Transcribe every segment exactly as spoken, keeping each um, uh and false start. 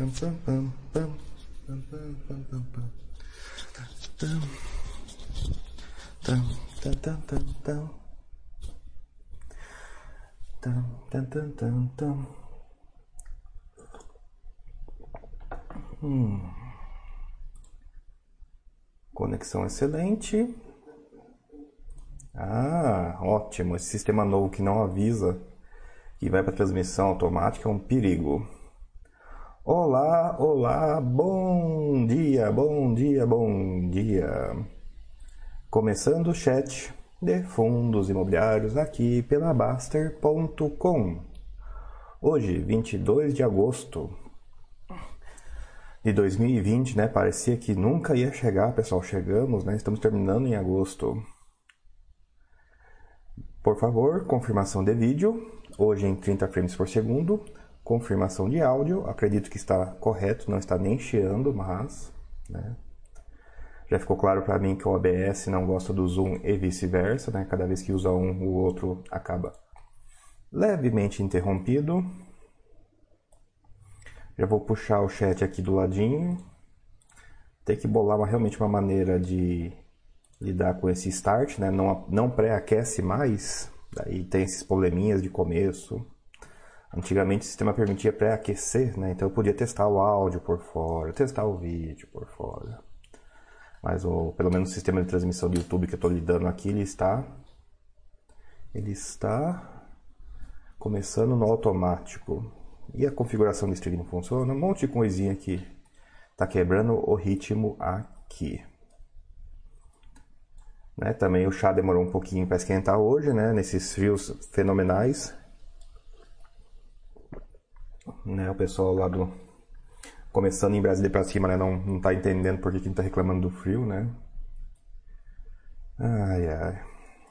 Hum. Conexão excelente. Ah, ótimo. Esse sistema novo que não avisa que vai para transmissão automática é um perigo. Olá, olá, bom dia, bom dia, bom dia. Começando o chat de fundos imobiliários aqui pela Baster ponto com. Hoje, vinte e dois de agosto de dois mil e vinte, né? Parecia que nunca ia chegar, pessoal. Chegamos, né? Estamos terminando em agosto. Por favor, confirmação de vídeo. Hoje em trinta frames por segundo. Confirmação de áudio. Acredito que está correto, não está nem chiando, mas... né? Já ficou claro para mim que o O B S não gosta do zoom e vice-versa, né? Cada vez que usa um, o outro acaba levemente interrompido. Já vou puxar o chat aqui do ladinho. Tem que bolar uma, realmente uma maneira de lidar com esse start, né? Não, não pré-aquece mais. Daí tem esses probleminhas de começo. Antigamente o sistema permitia pré-aquecer, né? Então eu podia testar o áudio por fora, testar o vídeo por fora. Mas o, pelo menos o sistema de transmissão do YouTube que eu estou lidando aqui, ele está... Ele está começando no automático. E a configuração do streaming funciona. Um monte de coisinha que está quebrando o ritmo aqui. Né? Também o chá demorou um pouquinho para esquentar hoje, né? Nesses frios fenomenais. Né? O pessoal lá do... começando em Brasília para cima, né? Não, não tá entendendo por que que está reclamando do frio, né? Ai, ai.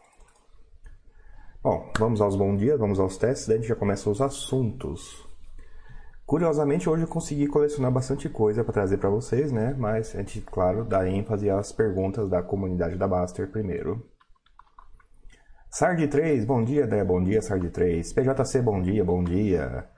Bom, vamos aos bons dias, vamos aos testes, daí a gente já começa os assuntos. Curiosamente, hoje eu consegui colecionar bastante coisa para trazer para vocês, né? Mas a gente, claro, dá ênfase às perguntas da comunidade da Baster primeiro. Sard três, bom dia, né? Bom dia, Sard três. P J C, bom dia, bom dia.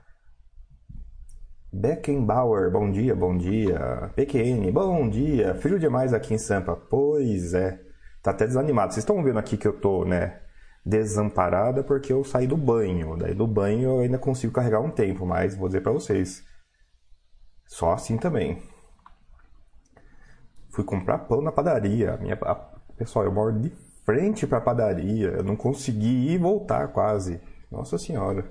Beckenbauer, bom dia, bom dia. P Q N, bom dia. Frio demais aqui em Sampa. Pois é, tá até desanimado. Vocês estão vendo aqui que eu tô, né? Desamparada porque eu saí do banho. Daí do banho eu ainda consigo carregar um tempo, mas vou dizer pra vocês, só assim também. Fui comprar pão na padaria. Minha, a, pessoal, eu moro de frente pra padaria. Eu não consegui ir e voltar quase. Nossa senhora.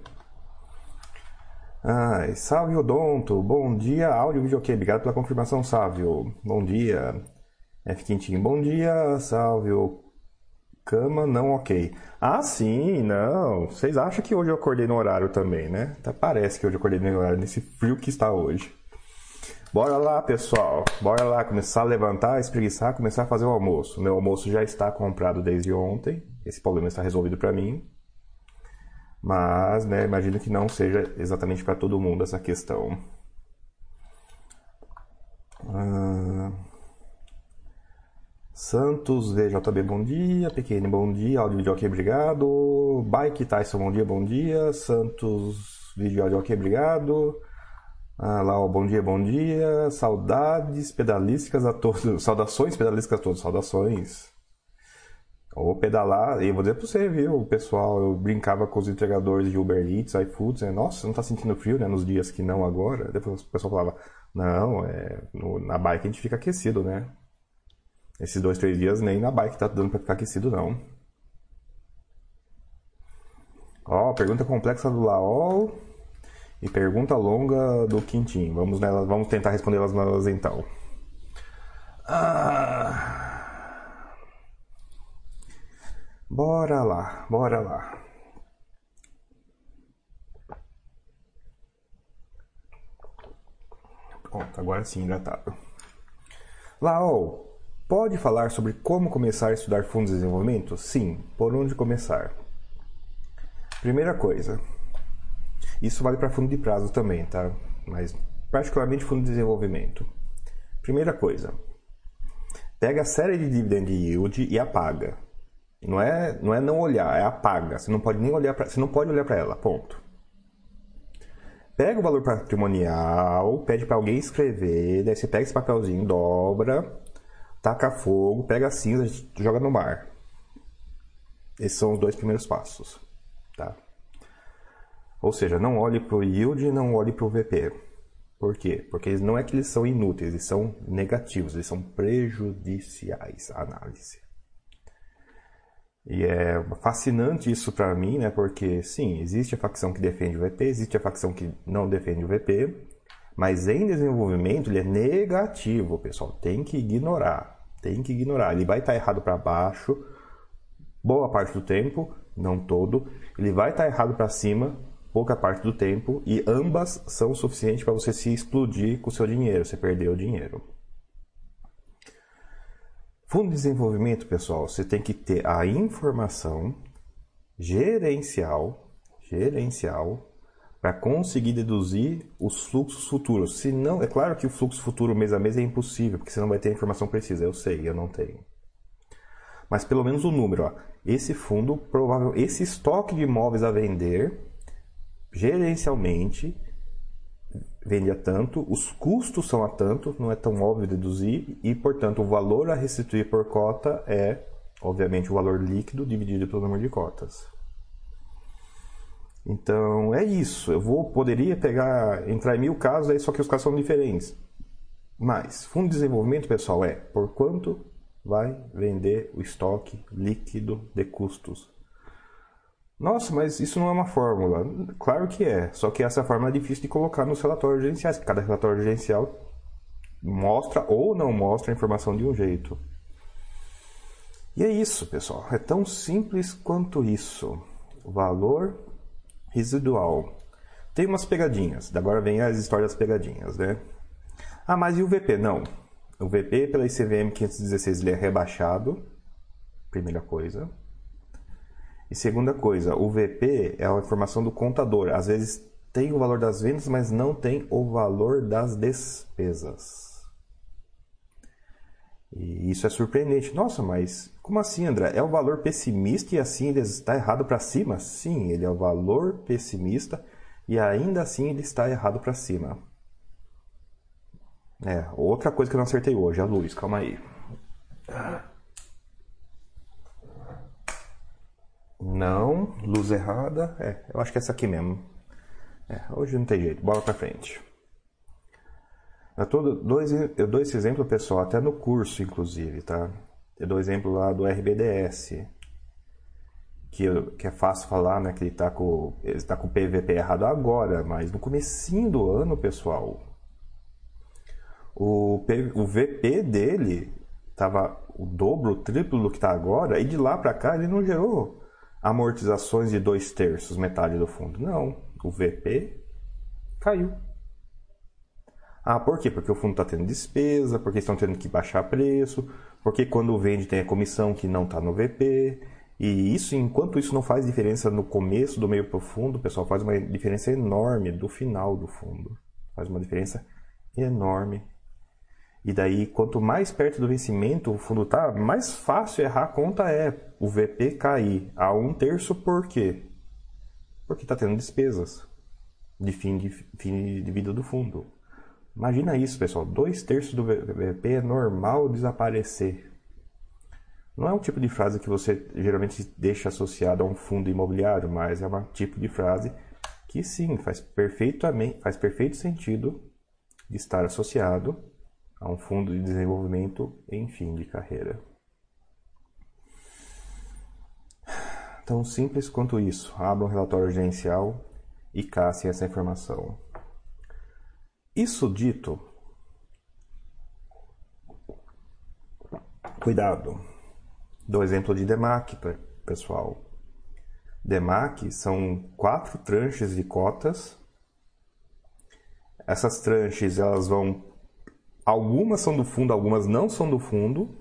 Ai, Sávio Odonto, bom dia. Áudio, vídeo ok. Obrigado pela confirmação, Sávio. Bom dia. F Quintinho, bom dia. Sávio. Cama não ok. Ah, sim, não. Vocês acham que hoje eu acordei no horário também, né? Até parece que hoje eu acordei no horário, nesse frio que está hoje. Bora lá, pessoal. Bora lá começar a levantar, espreguiçar, começar a fazer o almoço. Meu almoço já está comprado desde ontem. Esse problema está resolvido para mim. Mas, né, imagino que não seja exatamente para todo mundo essa questão. Ah... Santos V J B, bom dia. Pequeno, bom dia. Áudio vídeo ok, obrigado. Bike Tyson, bom dia, bom dia. Santos vídeo áudio ok, obrigado. Ah, lá, ó, bom dia, bom dia. Saudades pedalísticas a todos. Saudações pedalísticas a todos. Saudações. Ou pedalar. E eu vou dizer pra você, viu, pessoal. Eu brincava com os entregadores de Uber Eats, iFoods. Né? Nossa, você não tá sentindo frio, né? Nos dias que não agora. Depois o pessoal falava, não, é, no, na bike a gente fica aquecido, né? Esses dois, três dias nem na bike tá dando pra ficar aquecido, não. Ó, pergunta complexa do Laol e pergunta longa do Quintim. Vamos nelas, vamos tentar respondê-las nelas então. Ah... Bora lá, bora lá. Pronto, agora sim, hidratado. Laol. Pode falar sobre como começar a estudar fundos de desenvolvimento? Sim. Por onde começar? Primeira coisa. Isso vale para fundo de prazo também, tá? Mas particularmente fundo de desenvolvimento. Primeira coisa. Pega a série de dividend yield e apaga. Não é, não é não olhar, é apaga. Você não pode nem olhar para, você não pode olhar para ela, ponto. pega o valor patrimonial, pede para alguém escrever, daí você pega esse papelzinho, dobra, taca fogo, pega a cinza e joga no mar. Esses são os dois primeiros passos, tá? Ou seja, não olhe para o yield e não olhe para o V P. Por quê? Porque não é que eles são inúteis, eles são negativos, eles são prejudiciais à análise. E é fascinante isso para mim, né? Porque, sim, existe a facção que defende o V P, existe a facção que não defende o V P, mas em desenvolvimento ele é negativo, pessoal. Tem que ignorar, tem que ignorar. Ele vai estar errado para baixo boa parte do tempo, não todo. Ele vai estar errado para cima pouca parte do tempo, e ambas são suficientes para você se explodir com o seu dinheiro, você perder o dinheiro. Fundo de desenvolvimento, pessoal, você tem que ter a informação gerencial, gerencial, para conseguir deduzir os fluxos futuros. Se não, é claro que o fluxo futuro mês a mês é impossível, porque você não vai ter a informação precisa. Eu sei, eu não tenho. Mas pelo menos o número, ó, esse fundo, provável, esse estoque de imóveis a vender, gerencialmente, vende a tanto, os custos são a tanto, não é tão óbvio deduzir, e, portanto, o valor a restituir por cota é, obviamente, o valor líquido dividido pelo número de cotas. Então, é isso. Eu vou, poderia pegar, entrar em mil casos, aí, só que os casos são diferentes. Mas, fundo de desenvolvimento, pessoal, é por quanto vai vender o estoque líquido de custos. Nossa, mas isso não é uma fórmula. Claro que é, só que essa fórmula é difícil de colocar nos relatórios gerenciais. Cada relatório gerencial mostra ou não mostra a informação de um jeito. E é isso, pessoal. É tão simples quanto isso. Valor residual. Tem umas pegadinhas. Agora vem as histórias das pegadinhas, né? Ah, mas e o V P? Não. O V P pela I C V M quinhentos e dezesseis ele é rebaixado. Primeira coisa. E segunda coisa, o V P é a informação do contador. Às vezes tem o valor das vendas, mas não tem o valor das despesas. E isso é surpreendente. Nossa, mas como assim, André? É o valor pessimista e assim ele está errado para cima? Sim, ele é o valor pessimista e ainda assim ele está errado para cima. É, outra coisa que eu não acertei hoje, a luz, calma aí. Não, luz errada. É, eu acho que é essa aqui mesmo. É, hoje não tem jeito, bola pra frente. Eu, tô, dois, eu dou esse exemplo, pessoal, até no curso, inclusive, tá? Eu dou exemplo lá do R B D S. Que, eu, que é fácil falar, né? Que ele tá com, ele tá com o P V P errado agora, mas no comecinho do ano, pessoal, o, P, o V P dele tava o dobro, o triplo do que tá agora, e de lá pra cá ele não gerou amortizações de dois terços, metade do fundo. Não, o V P caiu. Ah, por quê? Porque o fundo está tendo despesa, porque estão tendo que baixar preço, porque quando vende tem a comissão que não está no V P. E isso, enquanto isso não faz diferença no começo, do meio para o fundo, o pessoal faz uma diferença enorme do final do fundo. Faz uma diferença enorme. E daí, quanto mais perto do vencimento o fundo está, mais fácil errar a conta é o V P cair a um terço. Por quê? Porque está tendo despesas de fim de, fim de vida do fundo. Imagina isso, pessoal. Dois terços do V P é normal desaparecer. Não é um tipo de frase que você geralmente deixa associado a um fundo imobiliário, mas é um tipo de frase que sim, faz, perfeitamente, faz perfeito sentido de estar associado a um fundo de desenvolvimento em fim de carreira. Tão simples quanto isso. Abra um relatório gerencial e caçem essa informação. Isso dito, cuidado. Dou exemplo de D M A C, pessoal. D M A C são quatro tranches de cotas. Essas tranches, elas vão... Algumas são do fundo, algumas não são do fundo.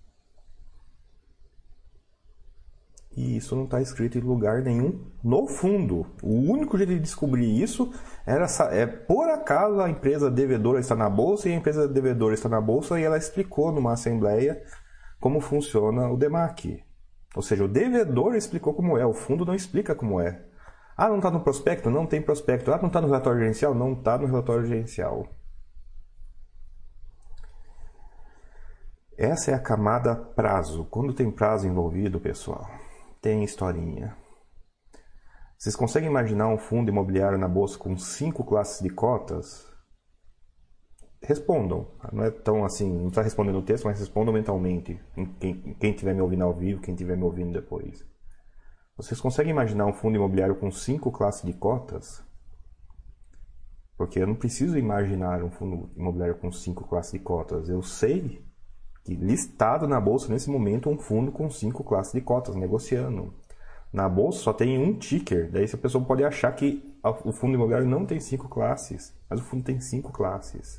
E isso não está escrito em lugar nenhum no fundo. O único jeito de descobrir isso era é por acaso a empresa devedora está na bolsa e a empresa devedora está na bolsa e ela explicou numa assembleia como funciona o D M A C. Ou seja, o devedor explicou como é, o fundo não explica como é. Ah, não está no prospecto? Não tem prospecto. Ah, não está no relatório gerencial? Não está no relatório gerencial. Essa é a camada prazo. Quando tem prazo envolvido, pessoal, tem historinha. Vocês conseguem imaginar um fundo imobiliário na bolsa com cinco classes de cotas? Respondam. Não é tão assim, não está respondendo o texto, mas respondam mentalmente. Quem estiver me ouvindo ao vivo, quem estiver me ouvindo depois. Vocês conseguem imaginar um fundo imobiliário com cinco classes de cotas? Porque eu não preciso imaginar um fundo imobiliário com cinco classes de cotas. Eu sei que listado na bolsa nesse momento um fundo com cinco classes de cotas, negociando. Na bolsa só tem um ticker, daí a pessoa pode achar que o fundo imobiliário não tem cinco classes, mas o fundo tem cinco classes.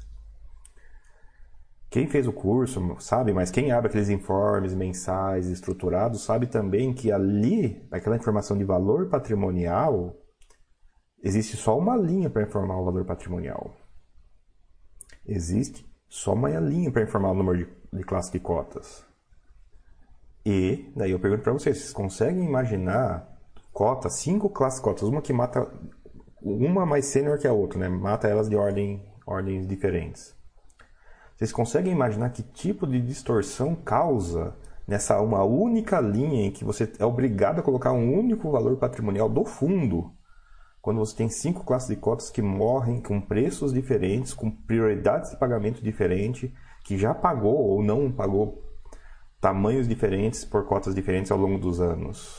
Quem fez o curso sabe, mas quem abre aqueles informes mensais estruturados sabe também que ali, naquela informação de valor patrimonial, existe só uma linha para informar o valor patrimonial. Existe só uma linha para informar o número de, de classe de cotas. E, daí eu pergunto para vocês, vocês conseguem imaginar cotas, cinco classes de cotas, uma que mata, uma mais sênior que a outra, né? Mata elas de ordem, ordens diferentes. Vocês conseguem imaginar que tipo de distorção causa nessa uma única linha em que você é obrigado a colocar um único valor patrimonial do fundo, quando você tem cinco classes de cotas que morrem com preços diferentes, com prioridades de pagamento diferentes, que já pagou ou não pagou tamanhos diferentes por cotas diferentes ao longo dos anos.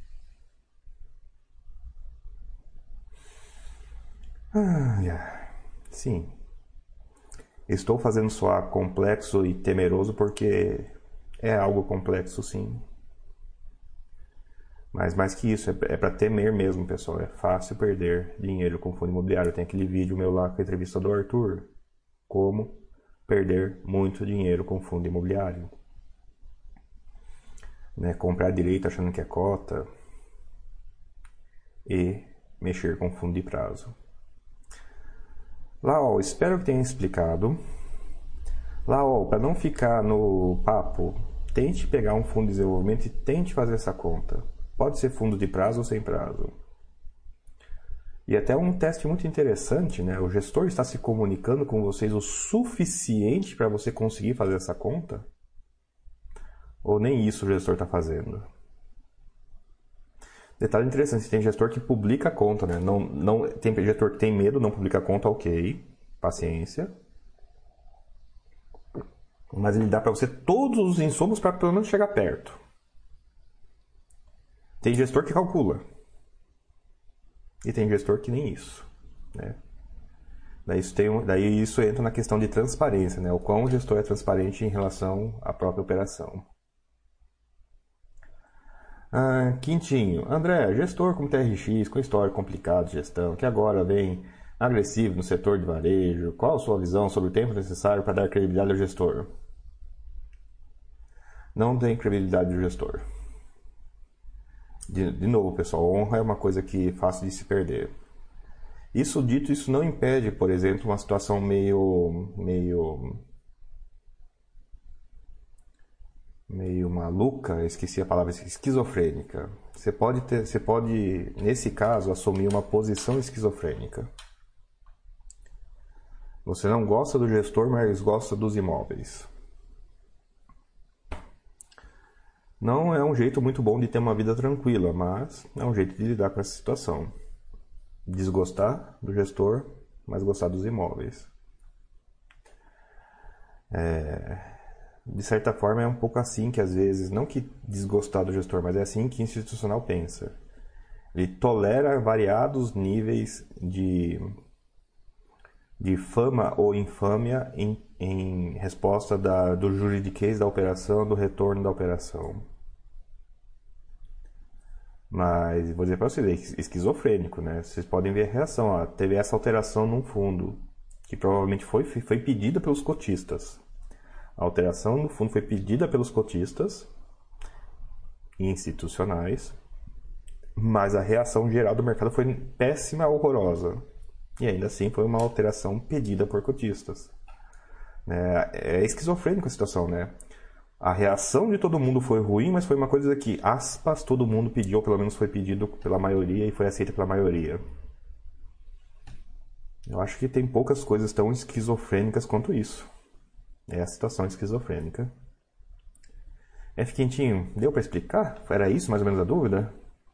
Ah, sim. Estou fazendo soar complexo e temeroso porque é algo complexo, sim. Mas mais que isso, é para temer mesmo, pessoal. É fácil perder dinheiro com fundo imobiliário. Tem aquele vídeo meu lá com a entrevista do Arthur. Como perder muito dinheiro com fundo imobiliário. Né, comprar direito achando que é cota e mexer com fundo de prazo. Lá, ó, espero que tenha explicado. Lá, ó, para não ficar no papo, tente pegar um fundo de desenvolvimento e tente fazer essa conta. Pode ser fundo de prazo ou sem prazo. E até um teste muito interessante, né? O gestor está se comunicando com vocês o suficiente para você conseguir fazer essa conta? Ou nem isso o gestor está fazendo? Detalhe interessante, tem gestor que publica a conta, né? Não, não, tem gestor que tem medo, não publica a conta, ok, paciência. Mas ele dá para você todos os insumos para pelo menos chegar perto. Tem gestor que calcula. E tem gestor que nem isso, né? Daí isso, tem, daí isso entra na questão de transparência, né? O quão o gestor é transparente em relação à própria operação. Ah, Quintinho, André, gestor como T R X, com história complicada de gestão, que agora vem agressivo no setor de varejo, qual a sua visão sobre o tempo necessário para dar credibilidade ao gestor? Não tem credibilidade do gestor. De, de novo, pessoal, honra é uma coisa que é fácil de se perder. Isso dito, isso não impede, por exemplo, uma situação meio... meio meio maluca, esqueci a palavra, esquizofrênica. Você pode ter, você pode, nesse caso, assumir uma posição esquizofrênica. Você não gosta do gestor, mas gosta dos imóveis. Não é um jeito muito bom de ter uma vida tranquila, mas é um jeito de lidar com essa situação. Desgostar do gestor, mas gostar dos imóveis. É... De certa forma é um pouco assim que às vezes, não que desgostar do gestor, mas é assim que o institucional pensa. Ele tolera variados níveis de, de fama ou infâmia em, em resposta da, do juridiquês da operação, do retorno da operação. Mas vou dizer para vocês, é esquizofrênico, né? Vocês podem ver a reação. Ó, teve essa alteração num fundo, que provavelmente foi, foi pedida pelos cotistas. A alteração no fundo foi pedida pelos cotistas institucionais, mas a reação geral do mercado foi péssima, horrorosa. E ainda assim foi uma alteração pedida por cotistas. É, é esquizofrênico a situação, né? A reação de todo mundo foi ruim, mas foi uma coisa que, aspas, todo mundo pediu, ou pelo menos foi pedido pela maioria e foi aceita pela maioria. Eu acho que tem poucas coisas tão esquizofrênicas quanto isso. É a situação esquizofrênica. F. Quentinho, deu para explicar? Era isso mais ou menos a dúvida?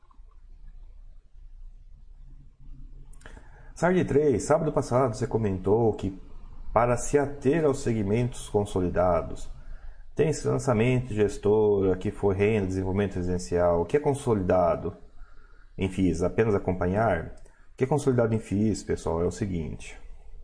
Sard três, sábado passado você comentou que para se ater aos segmentos consolidados, tem esse lançamento de gestora, que foi renda, desenvolvimento residencial, o que é consolidado em F I Is? Apenas acompanhar? O que é consolidado em F I Is, pessoal, é o seguinte.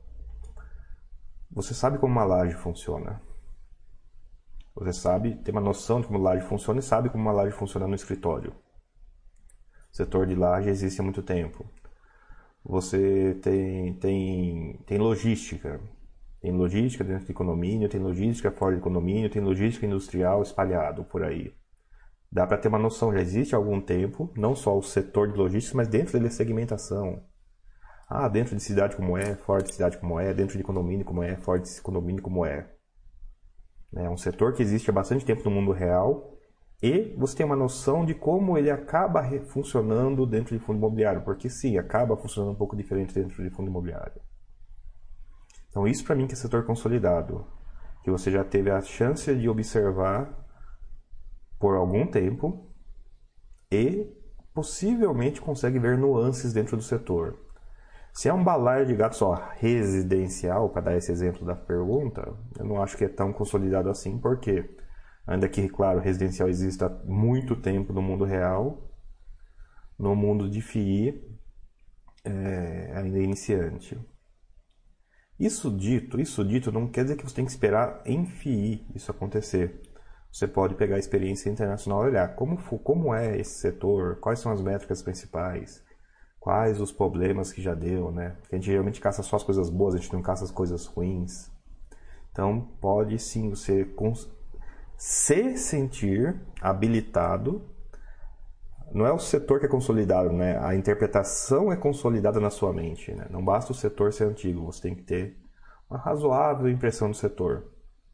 Você sabe como uma laje funciona. Você sabe, tem uma noção de como uma laje funciona e sabe como uma laje funciona no escritório. O setor de laje existe há muito tempo. Você tem, tem, tem logística. Tem logística dentro de condomínio, tem logística fora de condomínio, tem logística industrial espalhado por aí. Dá para ter uma noção, já existe há algum tempo, não só o setor de logística, mas dentro dele a segmentação. Ah, dentro de cidade como é, fora de cidade como é, dentro de condomínio como é, fora de condomínio como é. É um setor que existe há bastante tempo no mundo real e você tem uma noção de como ele acaba funcionando dentro de fundo imobiliário, porque sim, acaba funcionando um pouco diferente dentro de fundo imobiliário. Então isso para mim que é setor consolidado, que você já teve a chance de observar por algum tempo e possivelmente consegue ver nuances dentro do setor. Se é um balaio de gato só residencial, para dar esse exemplo da pergunta, eu não acho que é tão consolidado assim, porque ainda que, claro, residencial existe há muito tempo no mundo real, no mundo de F I I é, ainda é iniciante. Isso dito, isso dito não quer dizer que você tem que esperar em F I I isso acontecer. Você pode pegar a experiência internacional e olhar como, como é esse setor, quais são as métricas principais, quais os problemas que já deu, né? Porque a gente geralmente caça só as coisas boas, a gente não caça as coisas ruins. Então, pode sim você se sentir habilitado. Não é o setor que é consolidado, né? A interpretação é consolidada na sua mente, né? Não basta o setor ser antigo, você tem que ter uma razoável impressão do setor.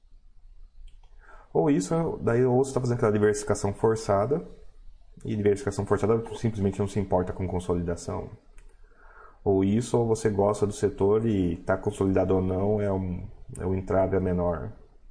Ou isso, daí ou você está fazendo aquela diversificação forçada, e diversificação forçada simplesmente não se importa com consolidação. Ou isso, ou você gosta do setor e está consolidado ou não, é um, é um entrave a menor.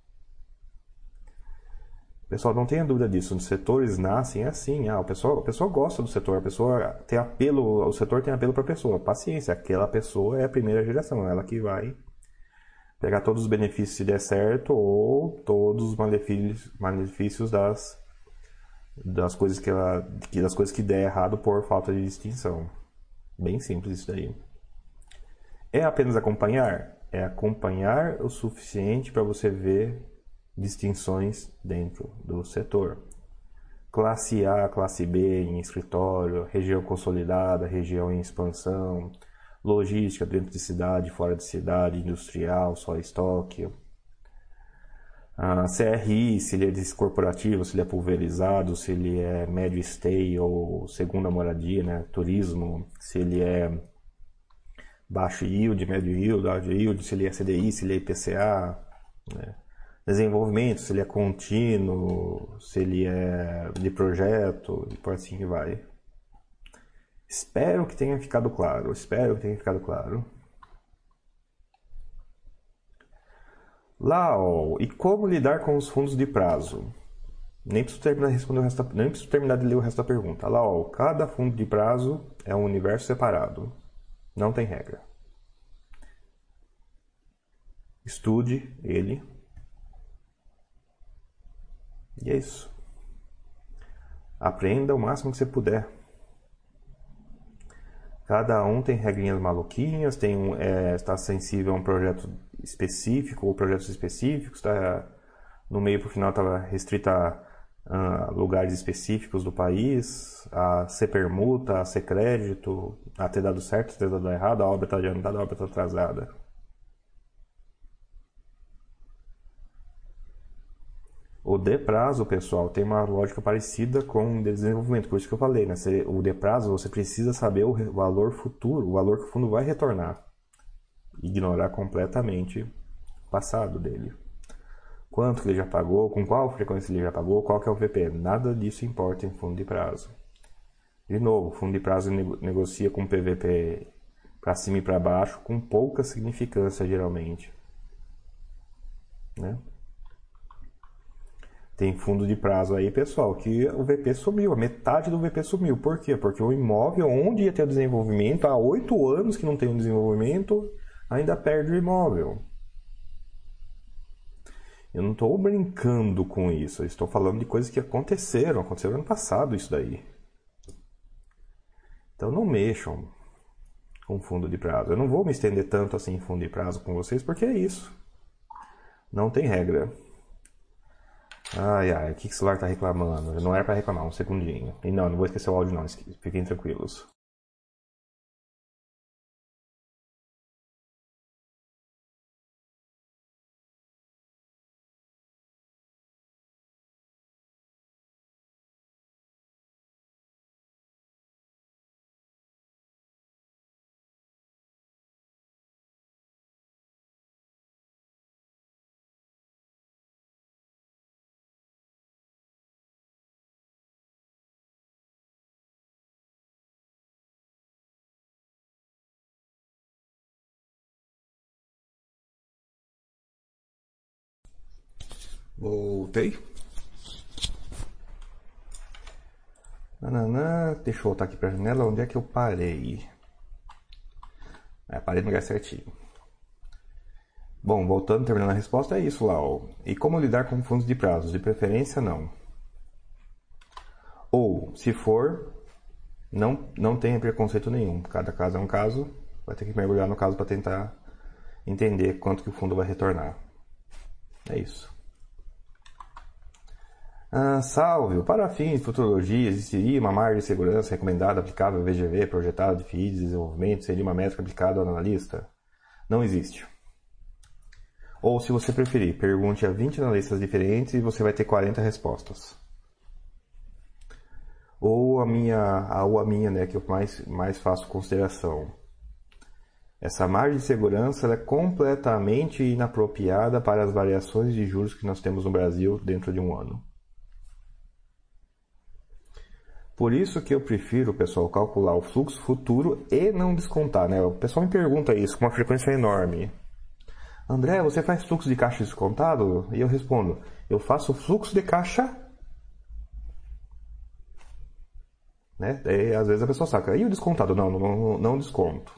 Pessoal, não tenha dúvida disso. Os setores nascem assim. Ah, o pessoal, a pessoa gosta do setor, a pessoa tem apelo, o setor tem apelo para a pessoa. Paciência, aquela pessoa é a primeira geração, ela que vai pegar todos os benefícios se der certo ou todos os malefícios, malefícios das, das, coisas que ela, das coisas que der errado por falta de distinção. Bem simples isso daí. É apenas acompanhar? É acompanhar o suficiente para você ver distinções dentro do setor. Classe A, classe B em escritório, região consolidada, região em expansão, logística dentro de cidade, fora de cidade, industrial, só estoque. Ah, C R I, se ele é descorporativo, se ele é pulverizado, se ele é médio stay ou segunda moradia, né? Turismo, se ele é baixo yield, médio yield, alto yield, se ele é C D I, se ele é I P C A, né? Desenvolvimento, se ele é contínuo, se ele é de projeto e por assim vai. Espero que tenha ficado claro, espero que tenha ficado claro. Lau, e como lidar com os fundos de prazo? Nem preciso terminar de responder o resto da, nem preciso terminar de ler o resto da pergunta. Lau, cada fundo de prazo é um universo separado. Não tem regra. Estude ele. E é isso. Aprenda o máximo que você puder. Cada um tem regrinhas maluquinhas, tem um, é, está sensível a um projeto específico ou projetos específicos, está no meio para o final está restrita a, a lugares específicos do país, a ser permuta, a ser crédito, a ter dado certo, a ter dado errado, a obra está adiantada, a obra está atrasada. O de prazo, pessoal, tem uma lógica parecida com o de desenvolvimento, por isso que eu falei, né? O de prazo você precisa saber o valor futuro, o valor que o fundo vai retornar. Ignorar completamente o passado dele. quanto que ele já pagou, com qual frequência ele já pagou, qual que é o V P. Nada disso importa em fundo de prazo. De novo, fundo de prazo negocia com P V P para cima e para baixo, com pouca significância geralmente, né? Tem fundo de prazo aí, pessoal, que o V P sumiu, a metade do V P sumiu. Por quê? Porque o imóvel, onde ia ter desenvolvimento, há oito anos que não tem um desenvolvimento, ainda perde o imóvel. Eu não estou brincando com isso, eu estou falando de coisas que aconteceram, aconteceu no ano passado isso daí. Então não mexam com fundo de prazo. Eu não vou me estender tanto assim em fundo de prazo com vocês, porque é isso. Não tem regra. Ai, ai, o que, que o celular tá reclamando? Não era para reclamar, um segundinho. E não, não vou esquecer o áudio não, fiquem tranquilos. Voltei. Nananã, deixa eu voltar aqui para a janela. Onde é que eu parei? É, parei no lugar certinho. Bom, voltando, terminando a resposta, é isso lá. Ó. E como lidar com fundos de prazos? De preferência, não. Ou, se for, não, não tenha preconceito nenhum. Cada caso é um caso. Vai ter que mergulhar no caso para tentar entender quanto que o fundo vai retornar. É isso. Ah, salve! Para fins de futurologia, existiria uma margem de segurança recomendada aplicável ao V G V projetado de F I I de desenvolvimento? Seria uma métrica aplicada ao analista? Não existe. Ou, se você preferir, pergunte a vinte analistas diferentes e você vai ter quarenta respostas. Ou a minha, ou a minha né, que eu mais, mais faço consideração. Essa margem de segurança é completamente inapropriada para as variações de juros que nós temos no Brasil dentro de um ano. Por isso que eu prefiro, pessoal, calcular o fluxo futuro e não descontar, né? O pessoal me pergunta isso com uma frequência enorme. André, você faz fluxo de caixa descontado? E eu respondo, eu faço fluxo de caixa, né? E às vezes a pessoa saca, e o descontado? Não, não, não desconto.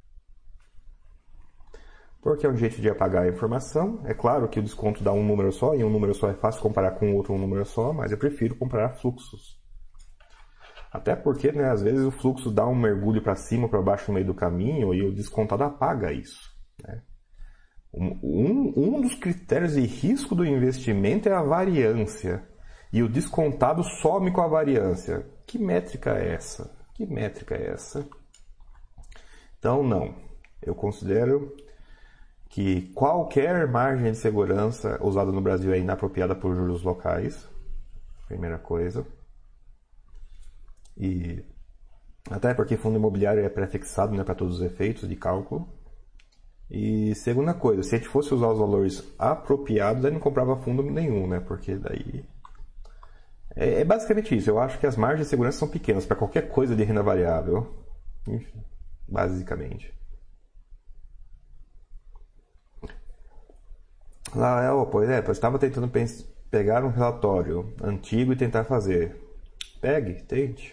Porque é um jeito de apagar a informação. É claro que o desconto dá um número só, e um número só é fácil comparar com outro um número só, mas eu prefiro comparar fluxos. Até porque, né, às vezes o fluxo dá um mergulho para cima ou para baixo no meio do caminho e o descontado apaga isso. Né? Um, um dos critérios de risco do investimento é a variância. E o descontado some com a variância. Que métrica é essa? Que métrica é essa? Então, não. Eu considero que qualquer margem de segurança usada no Brasil é inapropriada por juros locais. Primeira coisa. E até porque fundo imobiliário é prefixado, né, para todos os efeitos de cálculo. E segunda coisa, se a gente fosse usar os valores apropriados, aí não comprava fundo nenhum, né? Porque daí... É, é basicamente isso. Eu acho que as margens de segurança são pequenas para qualquer coisa de renda variável. Enfim, basicamente. Lá é, pois é, eu estava tentando pegar um relatório antigo e tentar fazer. Pegue, tente.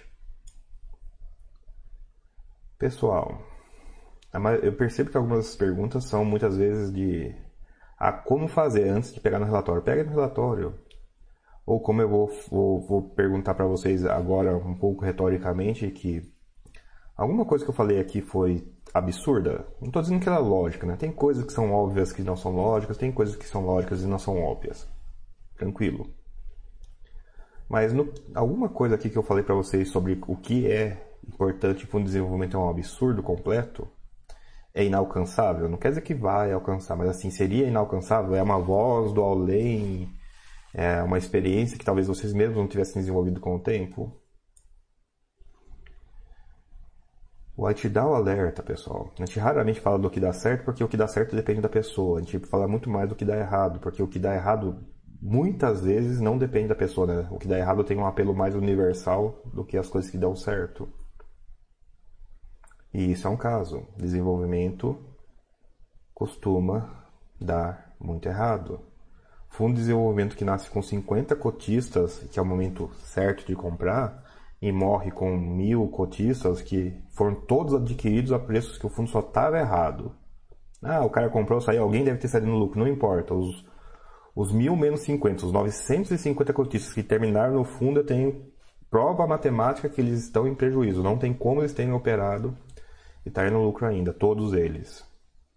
Pessoal, eu percebo que algumas perguntas são muitas vezes de ah, como fazer antes de pegar no relatório. Pega no relatório. Ou como eu vou, vou, vou perguntar para vocês agora um pouco retoricamente que alguma coisa que eu falei aqui foi absurda. Não estou dizendo que ela é lógica, né? Tem coisas que são óbvias que não são lógicas, tem coisas que são lógicas e não são óbvias. Tranquilo. Mas no, alguma coisa aqui que eu falei para vocês sobre o que é importante para um desenvolvimento é um absurdo completo, é inalcançável. Não quer dizer que vai alcançar, mas assim, seria inalcançável, é uma voz do além, é uma experiência que talvez vocês mesmos não tivessem desenvolvido com o tempo. Vai te dar o alerta, pessoal. A gente raramente fala do que dá certo, porque o que dá certo depende da pessoa. A gente fala muito mais do que dá errado, porque o que dá errado muitas vezes não depende da pessoa, né? O que dá errado tem um apelo mais universal do que as coisas que dão certo. E isso é um caso. Desenvolvimento costuma dar muito errado. Fundo de desenvolvimento que nasce com cinquenta cotistas, que é o momento certo de comprar, e morre com mil cotistas que foram todos adquiridos a preços que o fundo só estava errado. Ah, o cara comprou, saiu, alguém deve ter saído no lucro, não importa. Os, os mil menos cinquenta, os novecentos e cinquenta cotistas que terminaram no fundo, eu tenho prova matemática que eles estão em prejuízo. Não tem como eles terem operado e estarem no lucro ainda, todos eles.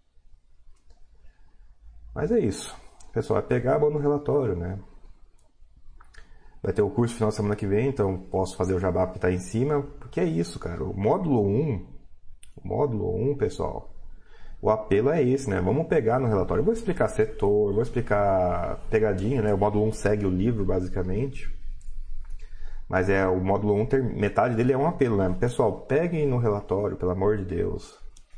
Mas é isso. Pessoal, é pegar a mão no relatório, né? Vai ter o curso final de semana que vem, então posso fazer o jabá que está em cima. Porque é isso, cara. O módulo um, o módulo um, pessoal, o apelo é esse, né? Vamos pegar no relatório. Eu vou explicar setor, vou explicar pegadinha, né? O módulo um segue o livro, basicamente. Mas é o módulo um, metade dele é um apelo, né? Pessoal, peguem no relatório, pelo amor de Deus.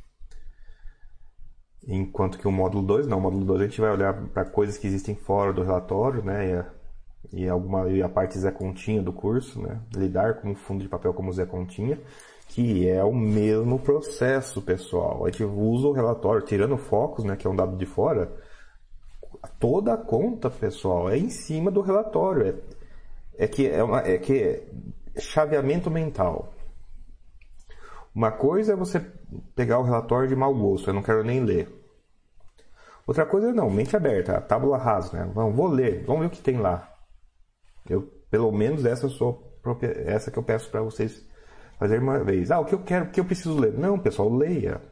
Enquanto que o módulo dois, não. O módulo dois a gente vai olhar para coisas que existem fora do relatório, né? E a, e alguma, e a parte Zé Continha do curso, né? Lidar com o fundo de papel como Zé Continha, que é o mesmo processo, pessoal. A gente usa o relatório, tirando focos, né? Que é um dado de fora. Toda a conta, pessoal, é em cima do relatório. É, é que é, uma, é que é chaveamento mental. Uma coisa é você pegar o relatório de mau gosto, eu não quero nem ler. Outra coisa é não, mente aberta, tábula rasa, né? Vamos, vou ler, vamos ver o que tem lá. Eu, pelo menos essa, eu sou, essa que eu peço para vocês fazerem uma vez. Ah, o que eu quero, o que eu preciso ler? Não, pessoal, leia.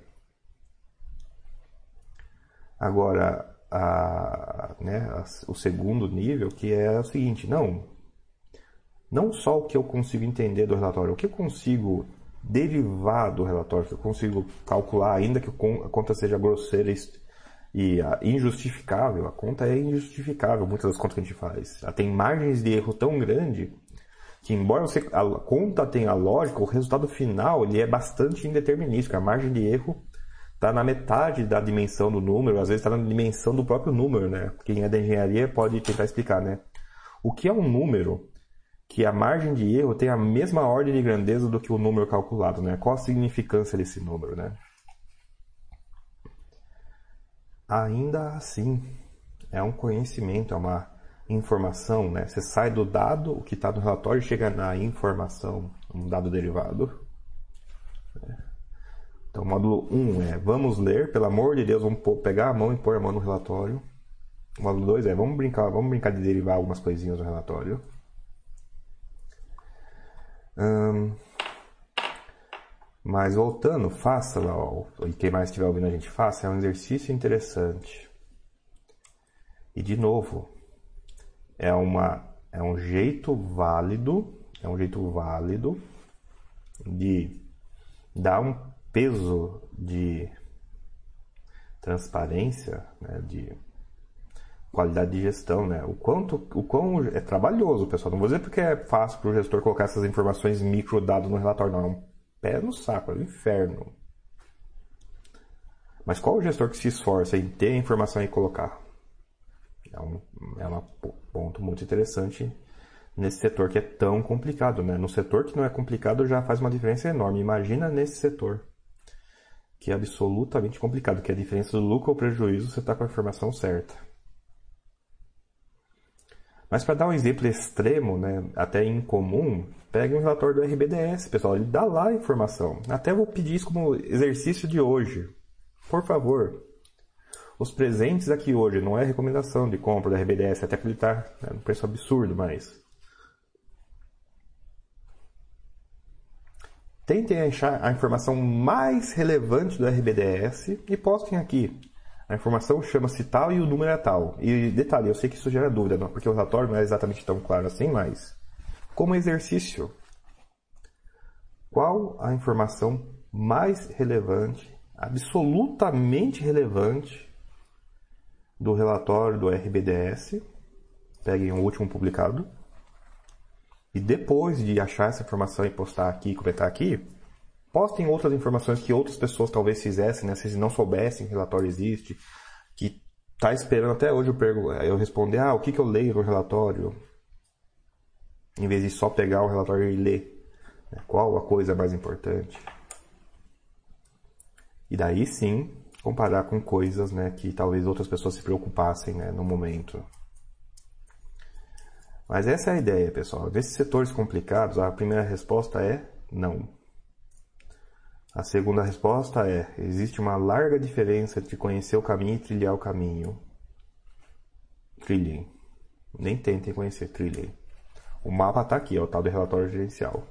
Agora, a, né, a, o segundo nível, que é o seguinte, não, não só o que eu consigo entender do relatório, o que eu consigo derivar do relatório, que eu consigo calcular, ainda que a conta seja grosseira e injustificável, a conta é injustificável, muitas das contas que a gente faz. Ela tem margens de erro tão grande que, embora você, a conta tenha lógica, o resultado final ele é bastante indeterminístico. A margem de erro está na metade da dimensão do número, às vezes está na dimensão do próprio número, né? Quem é da engenharia pode tentar explicar, né? O que é um número que a margem de erro tem a mesma ordem de grandeza do que o número calculado, né? Qual a significância desse número, né? Ainda assim, é um conhecimento, é uma informação, né? Você sai do dado, o que está no relatório, e chega na informação, um dado derivado. Então, o módulo um é, vamos ler, pelo amor de Deus, vamos pegar a mão e pôr a mão no relatório. O módulo dois é, vamos brincar, vamos brincar de derivar algumas coisinhas no relatório. Hum, mas voltando, faça lá, ó, e quem mais estiver ouvindo a gente faça, é um exercício interessante. E de novo, é, uma, é um jeito válido, é um jeito válido de dar um peso de transparência, né, de qualidade de gestão, né? O quanto, o quão é trabalhoso, pessoal. Não vou dizer porque é fácil para o gestor colocar essas informações micro dados no relatório, não. É um pé no saco, é um inferno. Mas qual o gestor que se esforça em ter a informação e colocar? É um, é um ponto muito interessante nesse setor que é tão complicado, né? No setor que não é complicado já faz uma diferença enorme. Imagina nesse setor que é absolutamente complicado, que é a diferença do lucro ou prejuízo, você está com a informação certa. Mas para dar um exemplo extremo, né, até incomum, pegue um relatório do R B D S, pessoal, ele dá lá a informação. Até vou pedir isso como exercício de hoje. Por favor, os presentes aqui hoje, não é recomendação de compra do R B D S, até que ele está, né, num preço absurdo, mas tentem achar a informação mais relevante do R B D S e postem aqui. A informação chama-se tal e o número é tal. E detalhe, eu sei que isso gera dúvida, não, porque o relatório não é exatamente tão claro assim, mas como exercício, qual a informação mais relevante, absolutamente relevante do relatório do R B D S? Peguem o último publicado. E depois de achar essa informação e postar aqui, comentar aqui, Postem outras informações que outras pessoas talvez fizessem, né? Se não soubessem que o relatório existe, que tá esperando até hoje eu, pergu- eu responder, ah, o que, que eu leio no relatório? Em vez de só pegar o relatório e ler. Né? Qual a coisa mais importante? E daí sim, comparar com coisas, né, que talvez outras pessoas se preocupassem, né, no momento. Mas essa é a ideia, pessoal. Nesses setores complicados, a primeira resposta é não. A segunda resposta é: existe uma larga diferença entre conhecer o caminho e trilhar o caminho. Trilhem. Nem tentem conhecer, trilhem. O mapa está aqui, ó, o tal do relatório gerencial.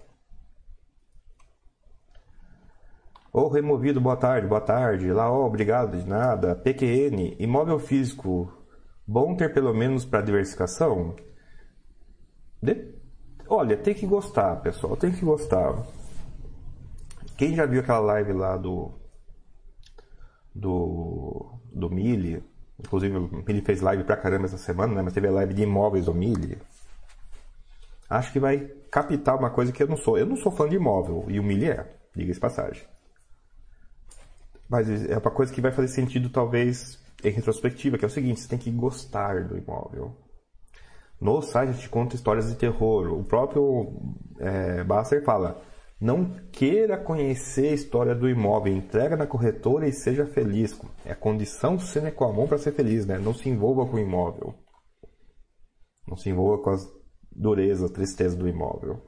Ô, removido, boa tarde, boa tarde. Lá, ó, obrigado, de nada. P Q N, imóvel físico, bom ter pelo menos para diversificação? De... Olha, tem que gostar, pessoal, tem que gostar. Quem já viu aquela live lá do do, do Mili, inclusive o Mili fez live pra caramba essa semana, né? Mas teve a live de imóveis do Mili. Acho que vai captar uma coisa que eu não sou. Eu não sou fã de imóvel, e o Mili é, diga-se passagem. Mas é uma coisa que vai fazer sentido, talvez, em retrospectiva, que é o seguinte: você tem que gostar do imóvel. No site a gente conta histórias de terror. O próprio é, Basser fala: não queira conhecer a história do imóvel, entrega na corretora e seja feliz. É a condição sine qua non para ser feliz, né? Não se envolva com o imóvel. Não se envolva com as durezas, tristezas do imóvel.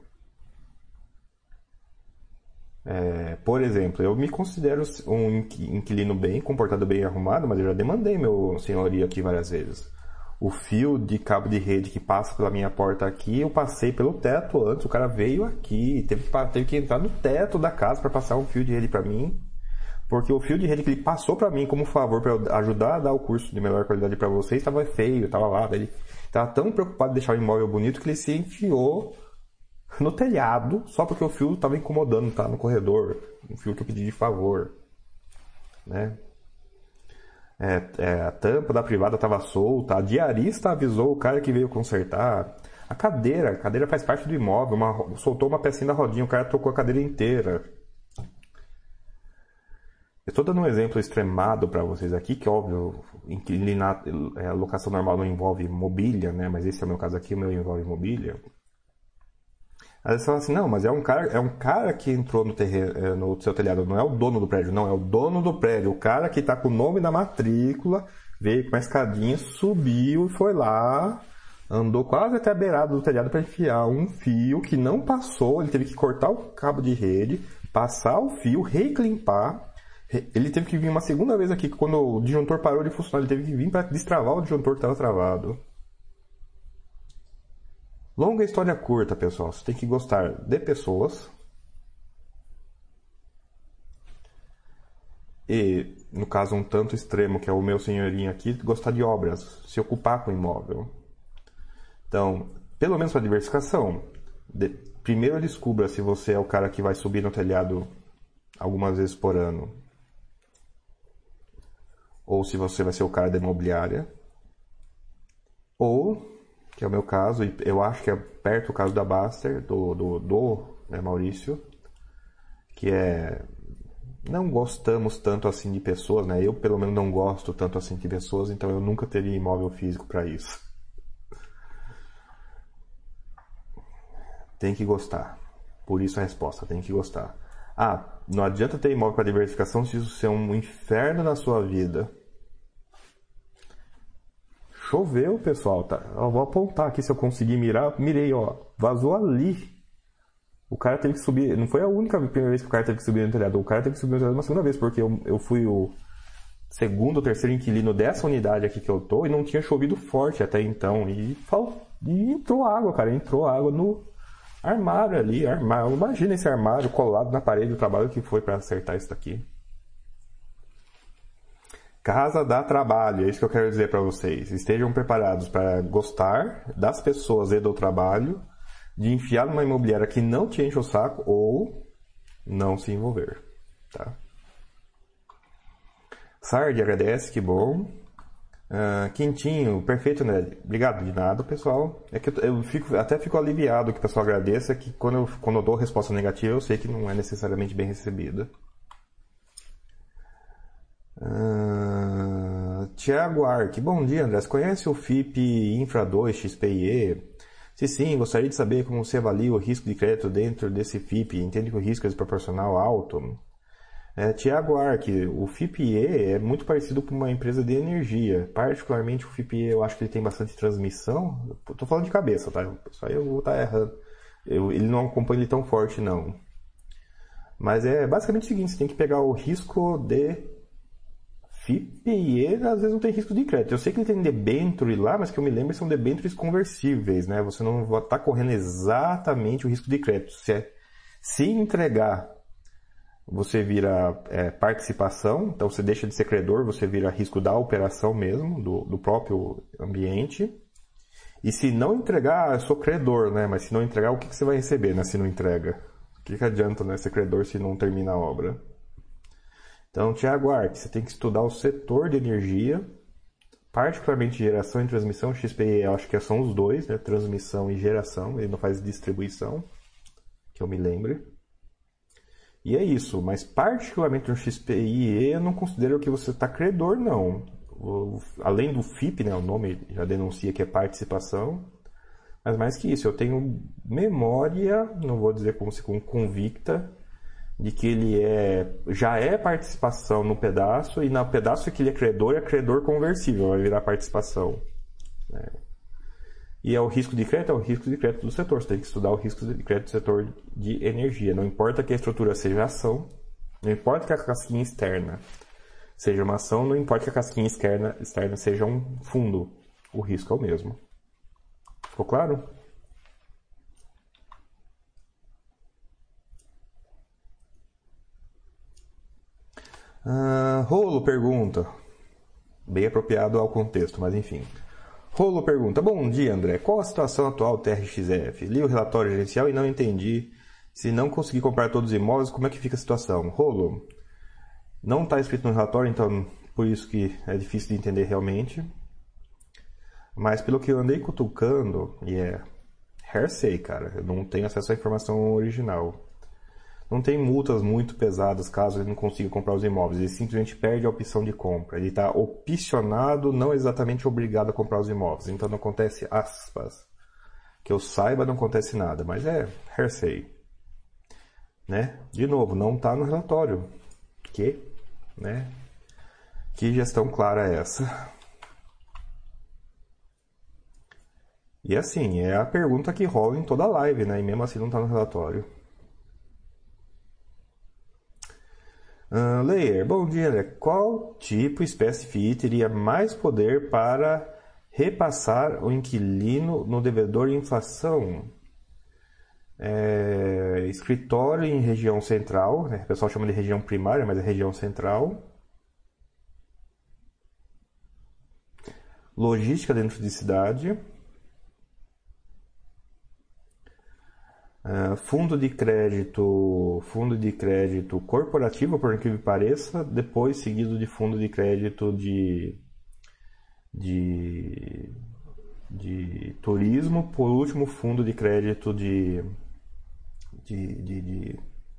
É, por exemplo, eu me considero um inquilino bem comportado, bem arrumado, mas eu já demandei meu senhorio aqui várias vezes. O fio de cabo de rede que passa pela minha porta aqui, eu passei pelo teto antes. O cara veio aqui, teve que, teve que entrar no teto da casa para passar um fio de rede para mim, porque o fio de rede que ele passou para mim como favor para ajudar a dar o curso de melhor qualidade para vocês estava feio, estava lá. Ele estava tão preocupado em deixar o imóvel bonito que ele se enfiou no telhado só porque o fio estava incomodando, tá no corredor, um fio que eu pedi de favor, né? É, é, a tampa da privada estava solta, a diarista avisou o cara que veio consertar. A cadeira, a cadeira faz parte do imóvel, uma, soltou uma pecinha da rodinha, o cara trocou a cadeira inteira. Eu estou dando um exemplo extremado para vocês aqui, que óbvio, inclinar, é, a locação normal não envolve mobília, né? Mas esse é o meu caso aqui, o meu envolve mobília. Aí você fala assim: não, mas é um cara, é um cara que entrou no, terreno, no seu telhado, não é o dono do prédio, não, é o dono do prédio. O cara que está com o nome da matrícula, veio com uma escadinha, subiu e foi lá, andou quase até a beirada do telhado para enfiar um fio que não passou, ele teve que cortar o cabo de rede, passar o fio, reclimpar. Ele teve que vir uma segunda vez aqui, quando o disjuntor parou de funcionar, ele teve que vir para destravar o disjuntor que estava travado. Longa história curta, pessoal. Você tem que gostar de pessoas. E, no caso, um tanto extremo, que é o meu senhorinho aqui, gostar de obras. Se ocupar com o imóvel. Então, pelo menos para diversificação, de, primeiro descubra se você é o cara que vai subir no telhado algumas vezes por ano. Ou se você vai ser o cara da imobiliária. Ou, que é o meu caso, e eu acho que é perto do caso da Baster, do, do, do né, Maurício, que é: não gostamos tanto assim de pessoas, né? Eu, pelo menos, não gosto tanto assim de pessoas, então eu nunca teria imóvel físico para isso. Tem que gostar. Por isso a resposta, tem que gostar. Ah, não adianta ter imóvel para diversificação se isso é um inferno na sua vida. Choveu, pessoal, tá? Eu vou apontar aqui se eu conseguir mirar. Mirei, ó. Vazou ali. O cara teve que subir. Não foi a única primeira vez que o cara teve que subir no telhado. O cara teve que subir no telhado uma segunda vez, porque eu, eu fui o segundo ou terceiro inquilino dessa unidade aqui que eu tô e não tinha chovido forte até então. E, e entrou água, cara. Entrou água no armário ali. Armário. Imagina esse armário colado na parede do trabalho que foi para acertar isso daqui. Casa dá trabalho, é isso que eu quero dizer para vocês. Estejam preparados para gostar das pessoas e do trabalho, de enfiar numa imobiliária que não te enche o saco ou não se envolver, tá? Sard agradece, que bom. Ah, Quintinho, perfeito, né? Obrigado de nada, pessoal. É que eu, eu fico, até fico aliviado que o pessoal agradeça, que quando eu, quando eu dou resposta negativa, eu sei que não é necessariamente bem recebida. Ah, Tiago Arque, bom dia, André. Você conhece o F I P Infra dois X P I E? Se sim, gostaria de saber como você avalia o risco de crédito dentro desse F I P. Entende que o risco é desproporcional alto? É, Tiago Arque, o F I P E é muito parecido com uma empresa de energia. Particularmente o F I P E, eu acho que ele tem bastante transmissão. Estou falando de cabeça, tá? Isso aí eu vou estar errando. Eu, ele não acompanha ele tão forte, não. Mas é basicamente o seguinte: você tem que pegar o risco de F I P e E, às vezes não tem risco de crédito. Eu sei que ele tem debenture lá, mas que eu me lembro são debentures conversíveis, né? Você não vai estar correndo exatamente o risco de crédito. Se, é, se entregar, você vira é, participação, então você deixa de ser credor, você vira risco da operação mesmo, do, do próprio ambiente. E se não entregar, eu sou credor, né? Mas se não entregar, o que, que você vai receber, né? Se não entrega? O que, que adianta, né? Ser credor se não termina a obra? Então, Tiago Arque, você tem que estudar o setor de energia, particularmente geração e transmissão. X P E, eu acho que são os dois, né? Transmissão e geração. Ele não faz distribuição, que eu me lembre. E é isso, mas particularmente no X P I E, eu não considero que você está credor, não. O, além do F I P, né, o nome já denuncia que é participação, mas mais que isso, eu tenho memória, não vou dizer como se convicta, de que ele é, já é participação no pedaço, e no pedaço que ele é credor, é credor conversível, vai virar participação. Né? E é o risco de crédito, é o risco de crédito do setor. Você tem que estudar o risco de crédito do setor de energia. Não importa que a estrutura seja ação, não importa que a casquinha externa seja uma ação, não importa que a casquinha externa, externa seja um fundo. O risco é o mesmo. Ficou claro? Ah, Rolo pergunta. Bem apropriado ao contexto, mas enfim. Rolo pergunta: bom dia, André. Qual a situação atual do T R X F? Li o relatório gerencial e não entendi. Se não conseguir comprar todos os imóveis, como é que fica a situação? Rolo, não está escrito no relatório, então por isso que é difícil de entender realmente. Mas pelo que eu andei cutucando, e é hearsay, cara, eu não tenho acesso à informação original. Não tem multas muito pesadas caso ele não consiga comprar os imóveis. Ele simplesmente perde a opção de compra. Ele está opcionado, não exatamente obrigado a comprar os imóveis. Então não acontece, aspas, que eu saiba, não acontece nada. Mas é hearsay. Né? De novo, não está no relatório. Que? Né? Que gestão clara é essa? E assim, é a pergunta que rola em toda a live, né? E mesmo assim não está no relatório. Uh, Layer, bom dia, André. Qual tipo, espécie F I I teria mais poder para repassar o inquilino no devedor em inflação? É, escritório em região central, né? O pessoal chama de região primária, mas é região central. Logística dentro de cidade. Uh, fundo de crédito, fundo de crédito corporativo, por incrível que pareça, depois seguido de fundo de crédito de, de, de turismo, por último fundo de crédito de, de, de, de,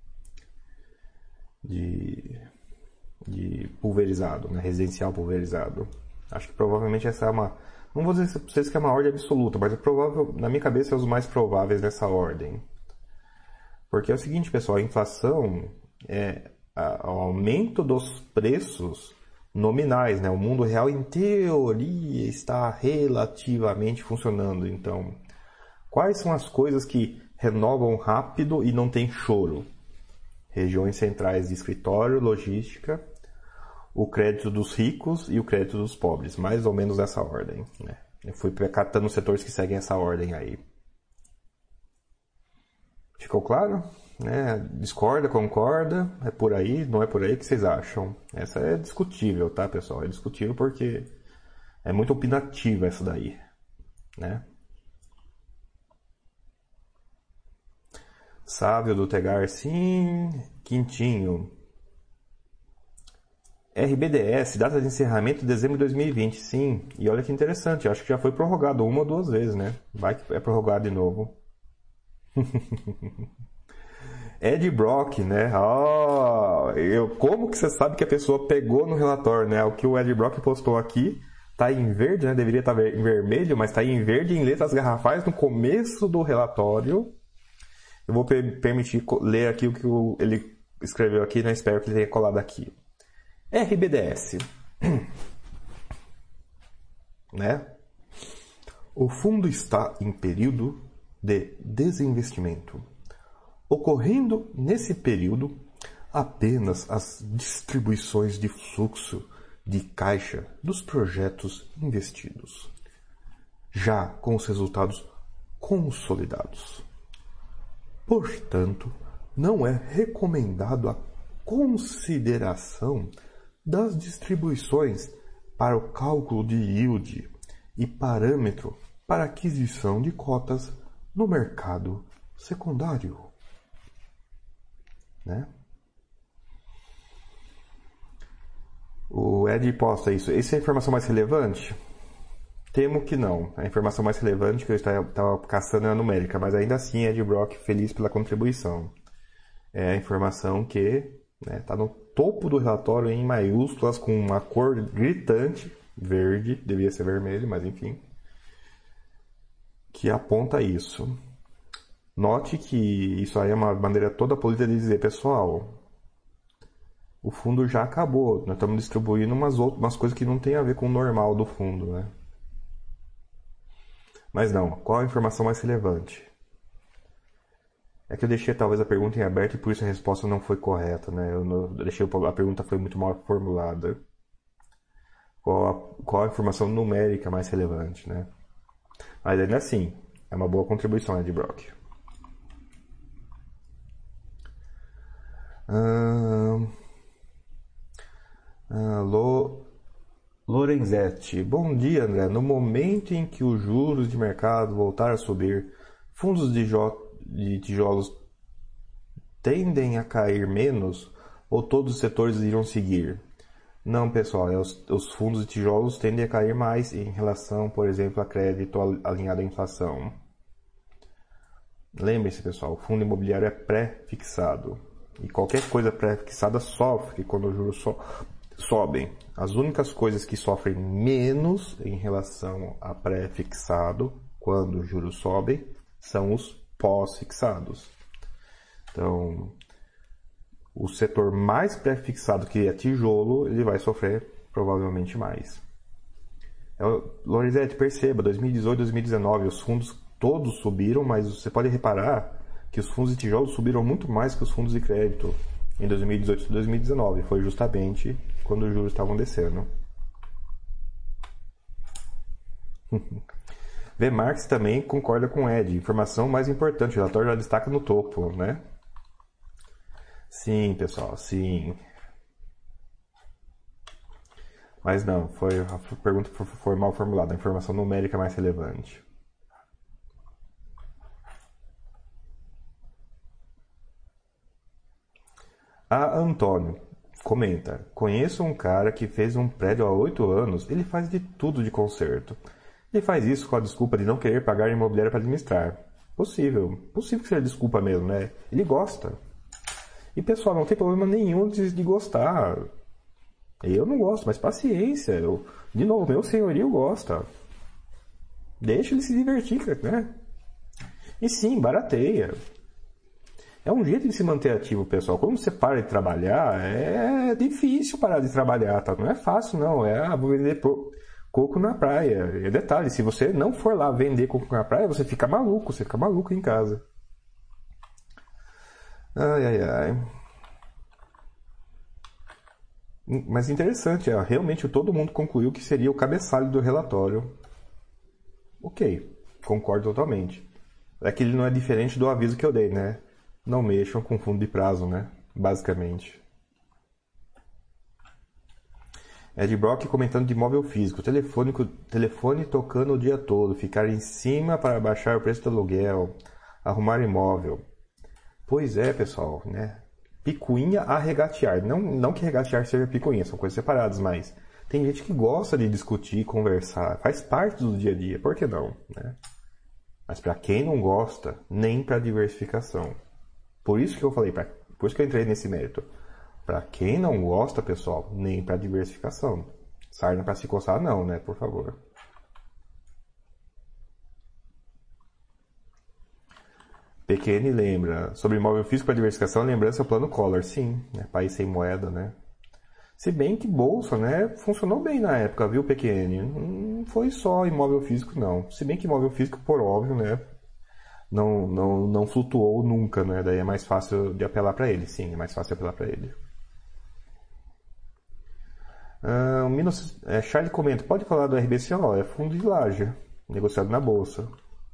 de, de pulverizado, né? Residencial pulverizado. Acho que provavelmente essa é uma, não vou dizer para vocês que é uma ordem absoluta, mas é provável, na minha cabeça, é os mais prováveis dessa ordem. Porque é o seguinte, pessoal, a inflação é o aumento dos preços nominais, né? O mundo real, em teoria, está relativamente funcionando. Então, quais são as coisas que renovam rápido e não tem choro? Regiões centrais de escritório, logística, o crédito dos ricos e o crédito dos pobres. Mais ou menos essa ordem, né? Eu fui catando os setores que seguem essa ordem aí. Ficou claro? É, discorda, concorda? É por aí? Não é por aí? O que vocês acham? Essa é discutível, tá, pessoal? É discutível porque é muito opinativa essa daí, né? Sávio do Tegar, sim. Quintinho. R B D S, data de encerramento de dezembro de dois mil e vinte. Sim, e olha que interessante, eu acho que já foi prorrogado uma ou duas vezes, né? Vai que é prorrogado de novo. Ed Brock, né? Oh, eu, como que você sabe que a pessoa pegou no relatório, né? O que o Ed Brock postou aqui tá em verde, né? Deveria estar em vermelho, mas tá em verde em letras garrafais no começo do relatório. Eu vou per permitir ler aqui o que o, ele escreveu aqui, né? Espero que ele tenha colado aqui. R B D S. Né? O fundo está em período de desinvestimento. Ocorrendo nesse período apenas as distribuições de fluxo de caixa dos projetos investidos, já com os resultados consolidados. Portanto, não é recomendado a consideração das distribuições para o cálculo de yield e parâmetro para aquisição de cotas no mercado secundário. Né? O Ed posta isso. Essa é a informação mais relevante? Temo que não. A informação mais relevante que eu estava caçando é a numérica, mas ainda assim Ed Brock feliz pela contribuição. É a informação que está, né, no topo do relatório em maiúsculas com uma cor gritante, verde, devia ser vermelho, mas enfim, que aponta isso. Note que isso aí é uma maneira toda política de dizer, pessoal, o fundo já acabou, nós estamos distribuindo umas, outras, umas coisas que não tem a ver com o normal do fundo, né? Mas não, qual a informação mais relevante? É que eu deixei talvez a pergunta em aberto e por isso a resposta não foi correta, né? Eu, não, eu deixei a pergunta foi muito mal formulada. Qual a, qual a informação numérica mais relevante, né? Mas ainda assim, é uma boa contribuição, Ed Brock. Hum, hum, Lo, Lorenzetti. Bom dia, André. No momento em que os juros de mercado voltar a subir, fundos de, de tijolos tendem a cair menos ou todos os setores irão seguir? Não, pessoal. É os, os fundos de tijolos tendem a cair mais em relação, por exemplo, a crédito alinhado à inflação. Lembre-se, pessoal, o fundo imobiliário é pré-fixado. E qualquer coisa pré-fixada sofre quando os juros so sobem. As únicas coisas que sofrem menos em relação a pré-fixado, quando os juros sobem, são os pós-fixados. Então, o setor mais pré-fixado, que é tijolo, ele vai sofrer provavelmente mais. Lorenzetti, perceba, dois mil e dezoito, dois mil e dezenove, os fundos todos subiram, mas você pode reparar que os fundos de tijolo subiram muito mais que os fundos de crédito em dois mil e dezoito e dois mil e dezenove. Foi justamente quando os juros estavam descendo. V. Marx também concorda com o Ed. Informação mais importante, o relatório já destaca no topo, né? Sim, pessoal, sim. Mas não, foi, a pergunta foi mal formulada. A informação numérica mais relevante. A Antônio comenta: conheço um cara que fez um prédio há oito anos, ele faz de tudo de conserto. Ele faz isso com a desculpa de não querer pagar imobiliária para administrar. Possível, possível que seja desculpa mesmo, né? Ele gosta. E pessoal, não tem problema nenhum de, de gostar. Eu não gosto, mas paciência. Eu, de novo, meu senhorio gosta. Deixa ele se divertir, né? E sim, barateia. É um jeito de se manter ativo, pessoal. Quando você para de trabalhar, é difícil parar de trabalhar, tá? Não é fácil, não. É, ah, vou vender coco na praia. E detalhe, se você não for lá vender coco na praia, você fica maluco. Você fica maluco em casa. Ai, ai, ai. Mas interessante, é, realmente todo mundo concluiu que seria o cabeçalho do relatório. Ok, concordo totalmente. É que ele não é diferente do aviso que eu dei, né? Não mexam com fundo de prazo, né? Basicamente. Ed Brock comentando de imóvel físico. Telefone, telefone tocando o dia todo. Ficar em cima para baixar o preço do aluguel. Arrumar imóvel. Pois é, pessoal, né? picuinha a regatear. Não, não que regatear seja picuinha, são coisas separadas, mas tem gente que gosta de discutir, conversar, faz parte do dia a dia, por que não, né? Mas para quem não gosta, nem para diversificação. Por isso que eu falei, pra, por isso que eu entrei nesse mérito. Para quem não gosta, pessoal, nem para diversificação. Sarna para se coçar, não, né? Por favor. P Q N lembra. Sobre imóvel físico para diversificação, lembrança é o plano Collor. Sim, né? País sem moeda, né? Se bem que bolsa, né? Funcionou bem na época, viu, P Q N? Não foi só imóvel físico, não. Se bem que imóvel físico, por óbvio, né? Não, não, não flutuou nunca, né? Daí é mais fácil de apelar para ele. Sim, é mais fácil de apelar para ele. Ah, o Minos, é, Charlie comenta, pode falar do R B C O? É fundo de laje, negociado na bolsa.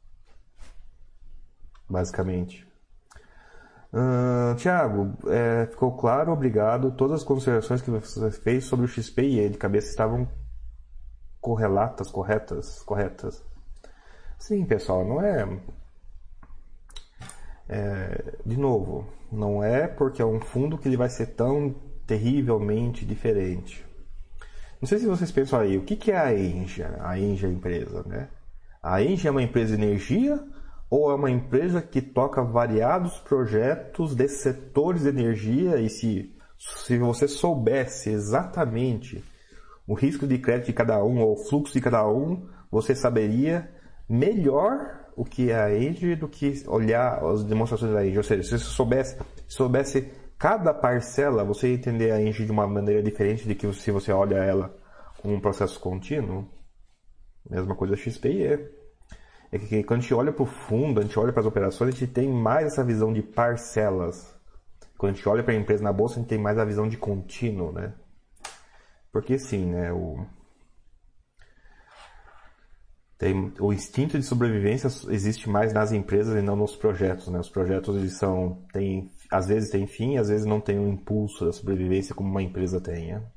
Basicamente. Uh, Tiago, é, ficou claro, obrigado. Todas as considerações que você fez sobre o X P e E de cabeça estavam correlatas, corretas, corretas. Sim, pessoal, não é, é, de novo, não é porque é um fundo que ele vai ser tão terrivelmente diferente. Não sei se vocês pensam aí, o que, que é a Engie? A Engie é a empresa, né? A Engie é uma empresa de energia ou é uma empresa que toca variados projetos desses setores de energia e se, se você soubesse exatamente o risco de crédito de cada um ou o fluxo de cada um, você saberia melhor o que é a Engie do que olhar as demonstrações da Engie. Ou seja, se você soubesse, soubesse cada parcela, você ia entender a Engie de uma maneira diferente de que se você olha ela com um processo contínuo. Mesma coisa X P e E. É que quando a gente olha para o fundo, a gente olha para as operações, a gente tem mais essa visão de parcelas. Quando a gente olha para a empresa na bolsa, a gente tem mais a visão de contínuo, né? Porque sim, né? O, tem, o instinto de sobrevivência existe mais nas empresas e não nos projetos, né? Os projetos, eles são, tem, às vezes tem fim, às vezes não tem um impulso da sobrevivência como uma empresa tem, né?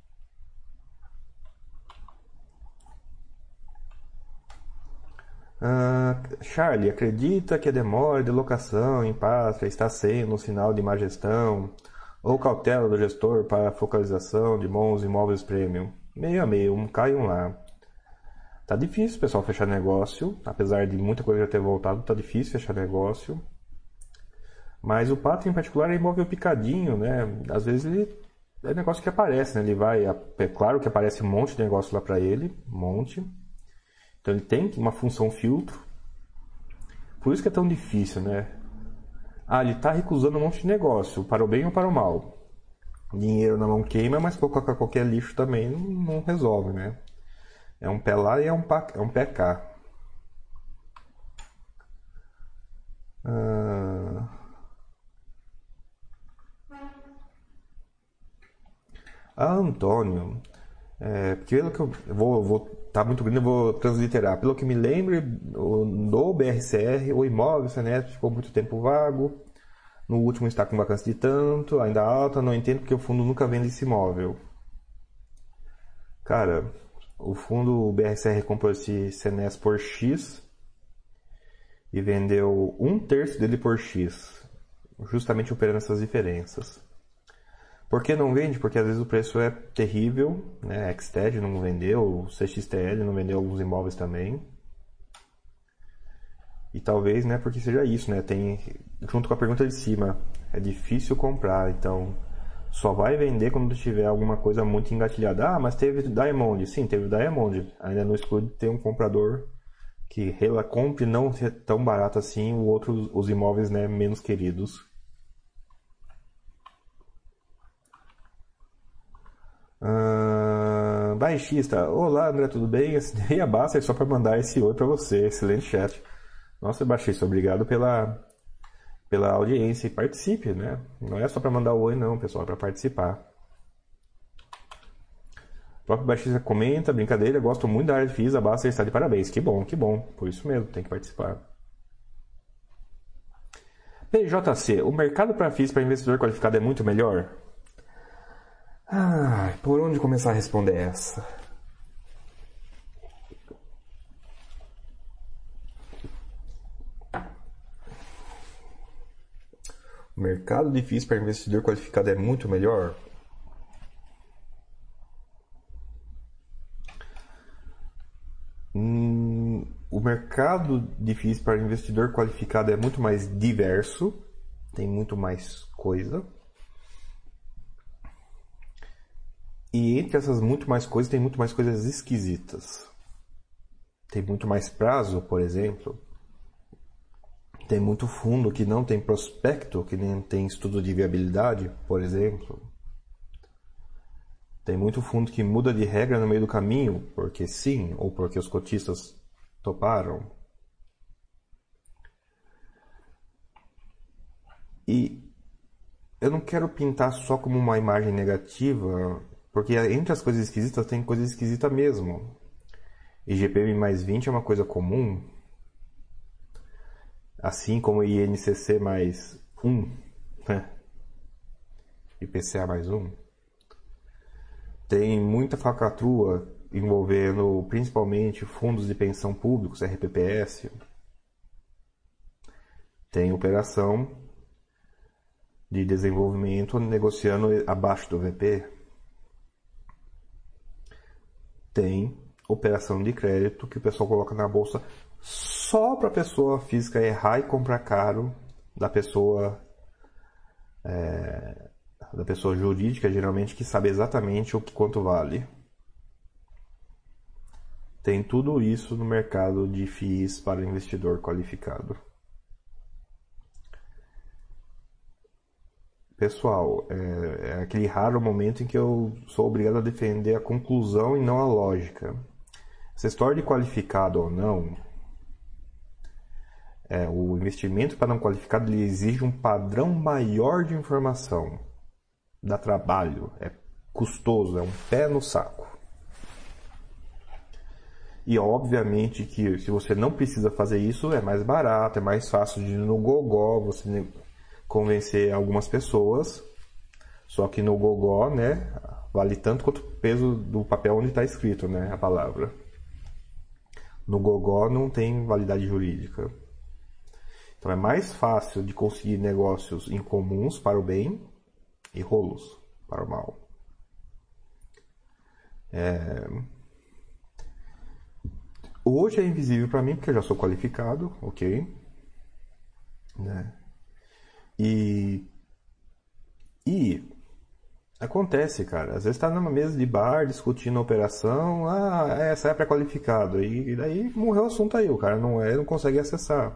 Ah, Charlie, acredita que a demora de locação em pátria está sendo um sinal de má gestão ou cautela do gestor para a focalização de bons imóveis premium? Meio a meio, um cai um lá. Tá difícil, pessoal, fechar negócio. Apesar de muita coisa já ter voltado, tá difícil fechar negócio. Mas o pátria em particular é imóvel picadinho, né? Às vezes ele é negócio que aparece, né? Ele vai, é claro que aparece um monte de negócio lá para ele, um monte. Então ele tem uma função filtro. Por isso que é tão difícil, né? Ah, ele está recusando um monte de negócio, para o bem ou para o mal. Dinheiro na mão queima, mas colocar qualquer lixo também não, não resolve, né? É um pé lá e é um, pá, é um pé cá. Ah... ah, Antônio, é, pelo que eu, eu vou, vou tá muito grande, eu vou transliterar. Pelo que me lembro, no B R C R, o imóvel Senesp ficou muito tempo vago. No último está com vacância de tanto, ainda alta. Não entendo porque o fundo nunca vende esse imóvel. Cara, o fundo o B R C R comprou esse Senesp por X e vendeu um terço dele por X, justamente operando essas diferenças. Por que não vende? Porque às vezes o preço é terrível, né? A Xted não vendeu, o C X T L não vendeu alguns imóveis também. E talvez, né, porque seja isso, né? Tem, junto com a pergunta de cima, é difícil comprar, então só vai vender quando tiver alguma coisa muito engatilhada. Ah, mas teve Diamond. Sim, teve Diamond. Ainda não exclui ter um comprador que ela compre não ser tão barato assim o outro, os imóveis, né, menos queridos. Uh, baixista, olá André, tudo bem? Assinei a Basta só para mandar esse oi para você, excelente chat. Nossa, baixista, obrigado pela, pela audiência e participe, né? Não é só para mandar o oi não, pessoal, é para participar. O próprio baixista comenta, brincadeira, gosto muito da área de F I S, a Basta está de parabéns. Que bom, que bom, por isso mesmo, tem que participar. P J C, o mercado para F I S para investidor qualificado é muito melhor? Ah, por onde começar a responder essa? O O mercado de F I Is para investidor qualificado é muito melhor? Hum, o mercado de F I Is para investidor qualificado é muito mais diverso, tem muito mais coisa. E entre essas muito mais coisas, tem muito mais coisas esquisitas. Tem muito mais prazo, por exemplo. Tem muito fundo que não tem prospecto, que nem tem estudo de viabilidade, por exemplo. Tem muito fundo que muda de regra no meio do caminho, porque sim, ou porque os cotistas toparam. E eu não quero pintar só como uma imagem negativa, porque entre as coisas esquisitas tem coisa esquisita mesmo. I G P M mais vinte é uma coisa comum, assim como I N C C mais um, né? I P C A mais um. Tem muita falcatrua envolvendo principalmente fundos de pensão públicos, R P P S. Tem operação de desenvolvimento negociando abaixo do V P. Tem operação de crédito que o pessoal coloca na bolsa só para a pessoa física errar e comprar caro da pessoa é, da pessoa jurídica, geralmente, que sabe exatamente o que quanto vale. Tem tudo isso no mercado de F I Is para investidor qualificado. Pessoal, é, é aquele raro momento em que eu sou obrigado a defender a conclusão e não a lógica. Essa história de qualificado ou não, é, o investimento para não qualificado ele exige um padrão maior de informação. Dá trabalho, é custoso, é um pé no saco. E obviamente que se você não precisa fazer isso, é mais barato, é mais fácil de ir no gogó, você convencer algumas pessoas. Só que no gogó, né, vale tanto quanto o peso do papel onde está escrito, né, a palavra. No gogó não tem validade jurídica. Então é mais fácil de conseguir negócios incomuns para o bem e rolos para o mal. É... Hoje é invisível para mim porque eu já sou qualificado, ok? Né? E... E... Acontece, cara. Às vezes tá numa mesa de bar discutindo a operação. Ah, essa é pré-qualificado. E daí morreu o assunto aí. O cara não, é, não consegue acessar.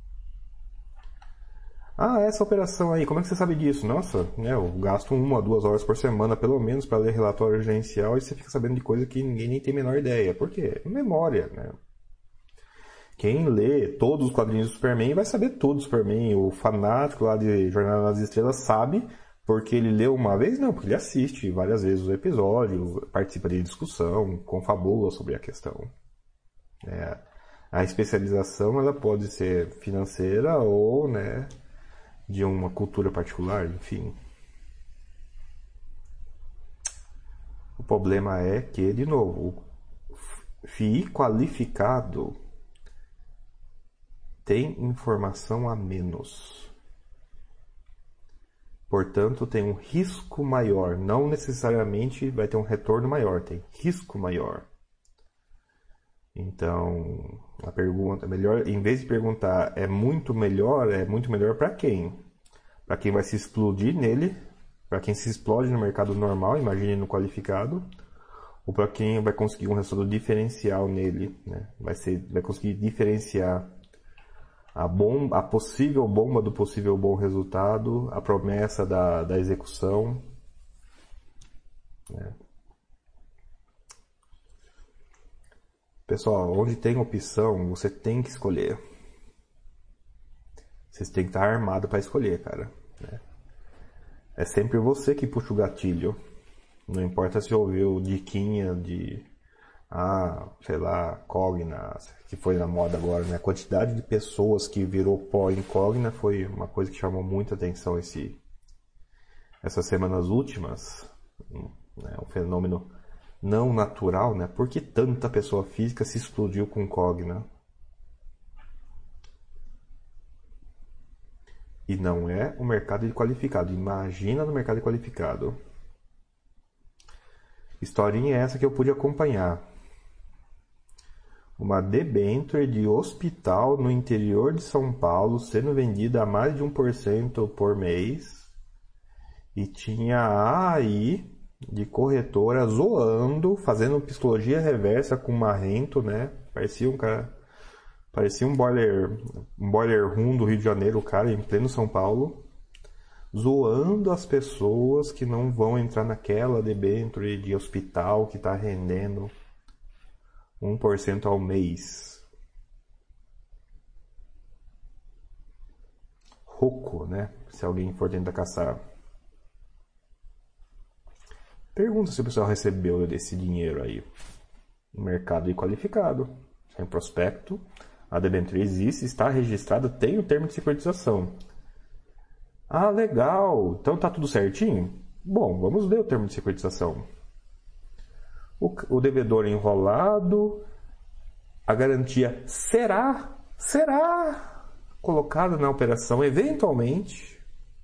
Ah, essa operação aí, como é que você sabe disso? Nossa, né, eu gasto uma, duas horas por semana, pelo menos, para ler relatório gerencial e você fica sabendo de coisa que ninguém nem tem a menor ideia. Por quê? Memória, né? Quem lê todos os quadrinhos do Superman vai saber tudo do Superman. O fanático lá de Jornada nas Estrelas sabe porque ele leu uma vez? Não, porque ele assiste várias vezes o episódio, participa de discussão, confabula sobre a questão. É, a especialização ela pode ser financeira ou, né, de uma cultura particular, enfim. O problema é que, de novo, o F I qualificado tem informação a menos. Portanto, tem um risco maior. Não necessariamente vai ter um retorno maior, tem risco maior. Então, a pergunta, melhor, em vez de perguntar é muito melhor, é muito melhor para quem? Para quem vai se explodir nele, para quem se explode no mercado normal, imagine no qualificado, ou para quem vai conseguir um resultado diferencial nele, né? Vai ser, vai conseguir diferenciar a, bom, a possível bomba do possível bom resultado, a promessa da, da execução, né? Pessoal, onde tem opção, você tem que escolher. Vocês têm que estar armado para escolher, cara. Né? É sempre você que puxa o gatilho. Não importa se ouviu diquinha de... Ah, sei lá, Cogna, que foi na moda agora, né? A quantidade de pessoas que virou pó em Cogna foi uma coisa que chamou muita atenção esse, essas semanas últimas. Né? Um fenômeno não natural, né? Por que tanta pessoa física se explodiu com Cogna? E não é o mercado de qualificado. Imagina no mercado de qualificado. Historinha é essa que eu pude acompanhar. Uma debênture de hospital no interior de São Paulo sendo vendida a mais de um por cento por mês. E tinha a AI de corretora zoando, fazendo psicologia reversa com marrento, né? Parecia um cara... Parecia um boiler, um boiler room do Rio de Janeiro, o cara, em pleno São Paulo, zoando as pessoas que não vão entrar naquela debênture de hospital que está rendendo um por cento ao mês. Roco, né? Se alguém for tentar caçar. Pergunta se o pessoal recebeu esse dinheiro aí. No mercado qualificado, sem prospecto. A debênture existe, está registrada, tem o termo de securitização. Ah, legal. Então tá tudo certinho? Bom, vamos ver o termo de securitização. O, o devedor enrolado, a garantia será, será colocada na operação eventualmente.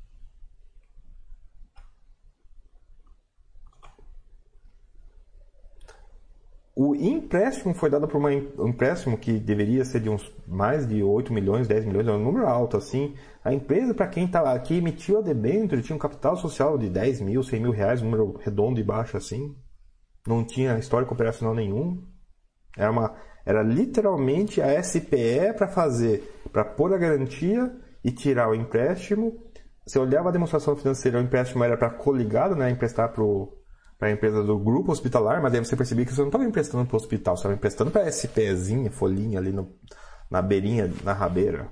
O empréstimo foi dado por uma, um empréstimo que deveria ser de uns mais de oito milhões, dez milhões, é um número alto assim. A empresa, para quem tá, que emitiu a debênture, tinha um capital social de dez mil, cem mil reais, um número redondo e baixo assim. Não tinha histórico operacional nenhum. Era, uma, era literalmente a S P E para fazer, para pôr a garantia e tirar o empréstimo. Você olhava a demonstração financeira, o empréstimo era para coligado, né, emprestar para para a empresa do grupo hospitalar, mas daí você percebia que você não estava emprestando para o hospital, você estava emprestando para a SPEzinha, folhinha ali no, na beirinha, na rabeira.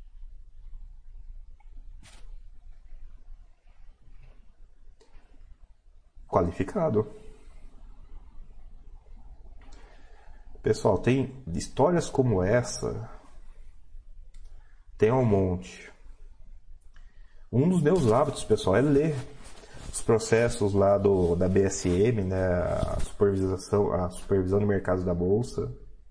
Qualificado. Pessoal, tem histórias como essa, tem um monte. Um dos meus hábitos, pessoal, é ler os processos lá do, da B S M, né, a supervisão, a supervisão de mercados da Bolsa.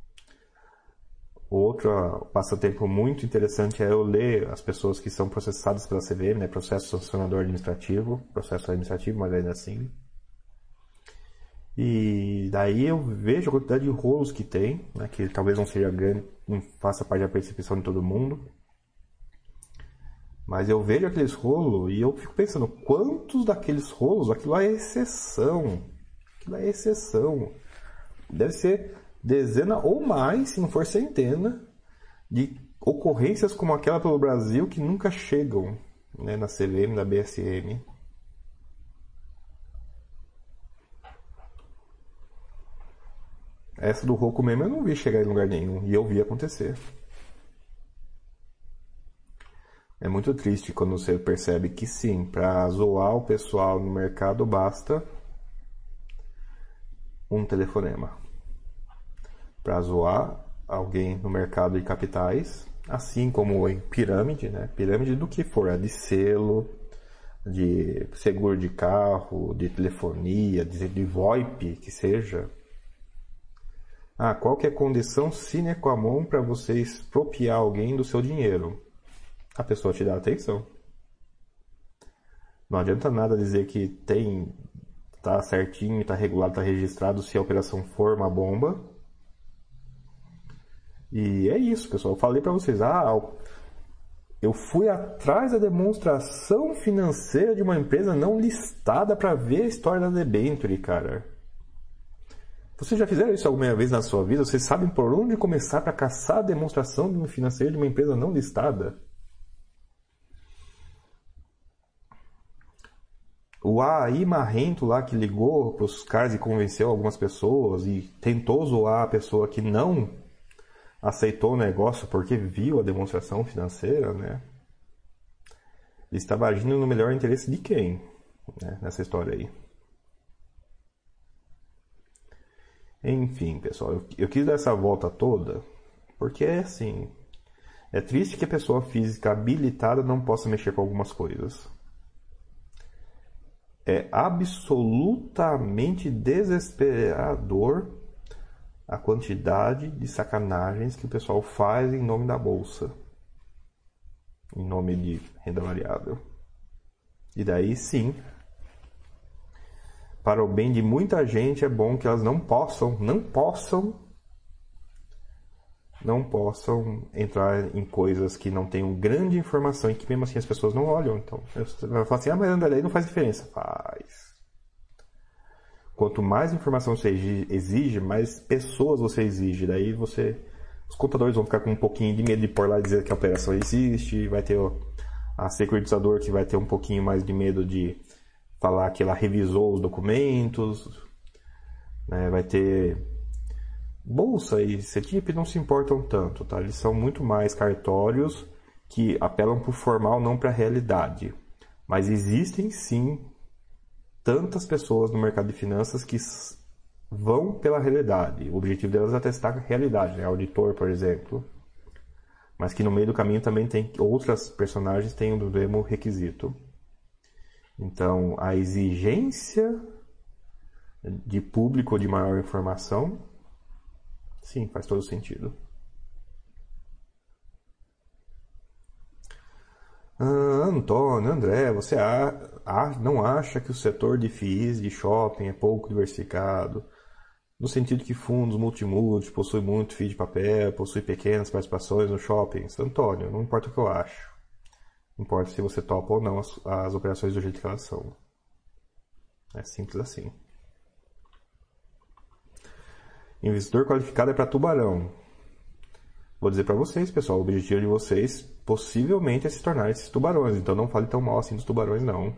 Outro passatempo muito interessante é eu ler as pessoas que são processadas pela C V M, né, processo sancionador administrativo, processo administrativo, mas ainda assim. E daí eu vejo a quantidade de rolos que tem, né, que talvez não seja grande, não faça parte da percepção de todo mundo. Mas eu vejo aqueles rolos e eu fico pensando, quantos daqueles rolos, aquilo é exceção. Aquilo é exceção. Deve ser dezena ou mais, se não for centena, de ocorrências como aquela pelo Brasil que nunca chegam, né, na C V M, na B S M. Essa do Roku mesmo eu não vi chegar em lugar nenhum e eu vi acontecer. É muito triste quando você percebe que sim, para zoar o pessoal no mercado basta um telefonema. Para zoar alguém no mercado de capitais, assim como em pirâmide, né? Pirâmide do que for, de selo, de seguro de carro, de telefonia, de, de VoIP, que seja. Ah, qual que é a condição sine qua non para você expropriar alguém do seu dinheiro? A pessoa te dá atenção. Não adianta nada dizer que tem, tá certinho, tá regulado, tá registrado se a operação for uma bomba. E é isso, pessoal. Eu falei para vocês, ah, eu fui atrás da demonstração financeira de uma empresa não listada para ver a história da debênture, cara. Vocês já fizeram isso alguma vez na sua vida? Vocês sabem por onde começar para caçar a demonstração financeira de uma empresa não listada? O A I marrento lá que ligou para os caras e convenceu algumas pessoas e tentou zoar a pessoa que não aceitou o negócio porque viu a demonstração financeira, né? Ele estava agindo no melhor interesse de quem, né, nessa história aí? Enfim, pessoal, eu, eu quis dar essa volta toda porque é assim, é triste que a pessoa física habilitada não possa mexer com algumas coisas. É absolutamente desesperador a quantidade de sacanagens que o pessoal faz em nome da bolsa. em nome de renda variável. E daí sim, para o bem de muita gente é bom que elas não possam, não possam, não possam entrar em coisas que não tenham grande informação e que mesmo assim as pessoas não olham. Então, você vai falar assim, ah, mas André, daí não faz diferença. Faz. Quanto mais informação você exige, mais pessoas você exige. Daí você, os contadores vão ficar com um pouquinho de medo de pôr lá e dizer que a operação existe, vai ter o, a securitizador que vai ter um pouquinho mais de medo de falar que ela revisou os documentos, né? Vai ter bolsa e C T I P não se importam tanto, tá? Eles são muito mais cartórios que apelam para o formal, não para a realidade. Mas existem sim tantas pessoas no mercado de finanças que vão pela realidade. O objetivo delas é testar a realidade, né? Auditor, por exemplo. Mas que no meio do caminho também tem outras personagens têm o mesmo requisito. Então, a exigência de público de maior informação, sim, faz todo sentido. Ah, Antônio, André, você a, a, não acha que o setor de F I Is de shopping é pouco diversificado? No sentido que fundos multimúltiplos possuem muito F I I de papel, possuem pequenas participações nos shoppings? Antônio, não importa o que eu acho. Importa se você topa ou não as, as operações do jeito que elas são. É simples assim. Investidor qualificado é para tubarão. Vou dizer para vocês, pessoal, o objetivo de vocês possivelmente é se tornar esses tubarões. Então não fale tão mal assim dos tubarões, não.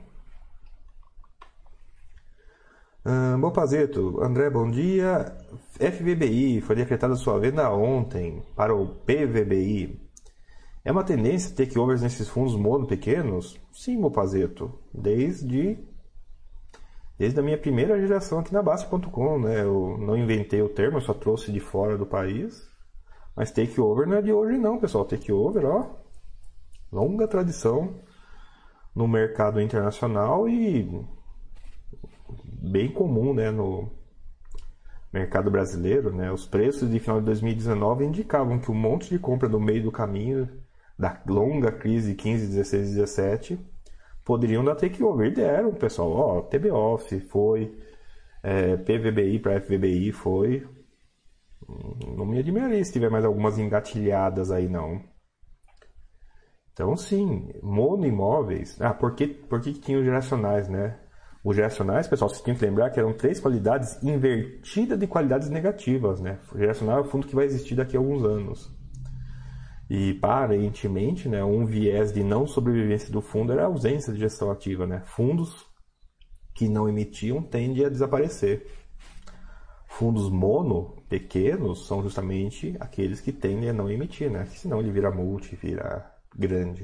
Ah, bom, Pazeto. André, bom dia. F V B I foi decretada sua venda ontem para o P V B I. É uma tendência takeovers nesses fundos mono pequenos? Sim, meu Pazeto. Desde, desde a minha primeira geração aqui na Basta ponto com, né? Eu não inventei o termo, eu só trouxe de fora do país. Mas takeover não é de hoje não, pessoal. Takeover, ó, longa tradição no mercado internacional e bem comum, né, no mercado brasileiro, né? Os preços de final de dois mil e dezenove indicavam que um monte de compra no meio do caminho da longa crise quinze, dezesseis e dezessete poderiam dar takeover. E deram, pessoal. Ó, T B Off foi, é, P V B I para F V B I foi. Não me admiraria se tiver mais algumas engatilhadas aí, não. Então, sim, mono imóveis. Ah, por que, por que tinha os geracionais, né? Os geracionais, pessoal, vocês tinham que lembrar que eram três qualidades invertidas de qualidades negativas, né? O geracional é o fundo que vai existir daqui a alguns anos. E, aparentemente, né, um viés de não sobrevivência do fundo era a ausência de gestão ativa, né? Fundos que não emitiam tendem a desaparecer. Fundos mono, pequenos, são justamente aqueles que tendem a não emitir, né? Senão ele vira multi, vira grande.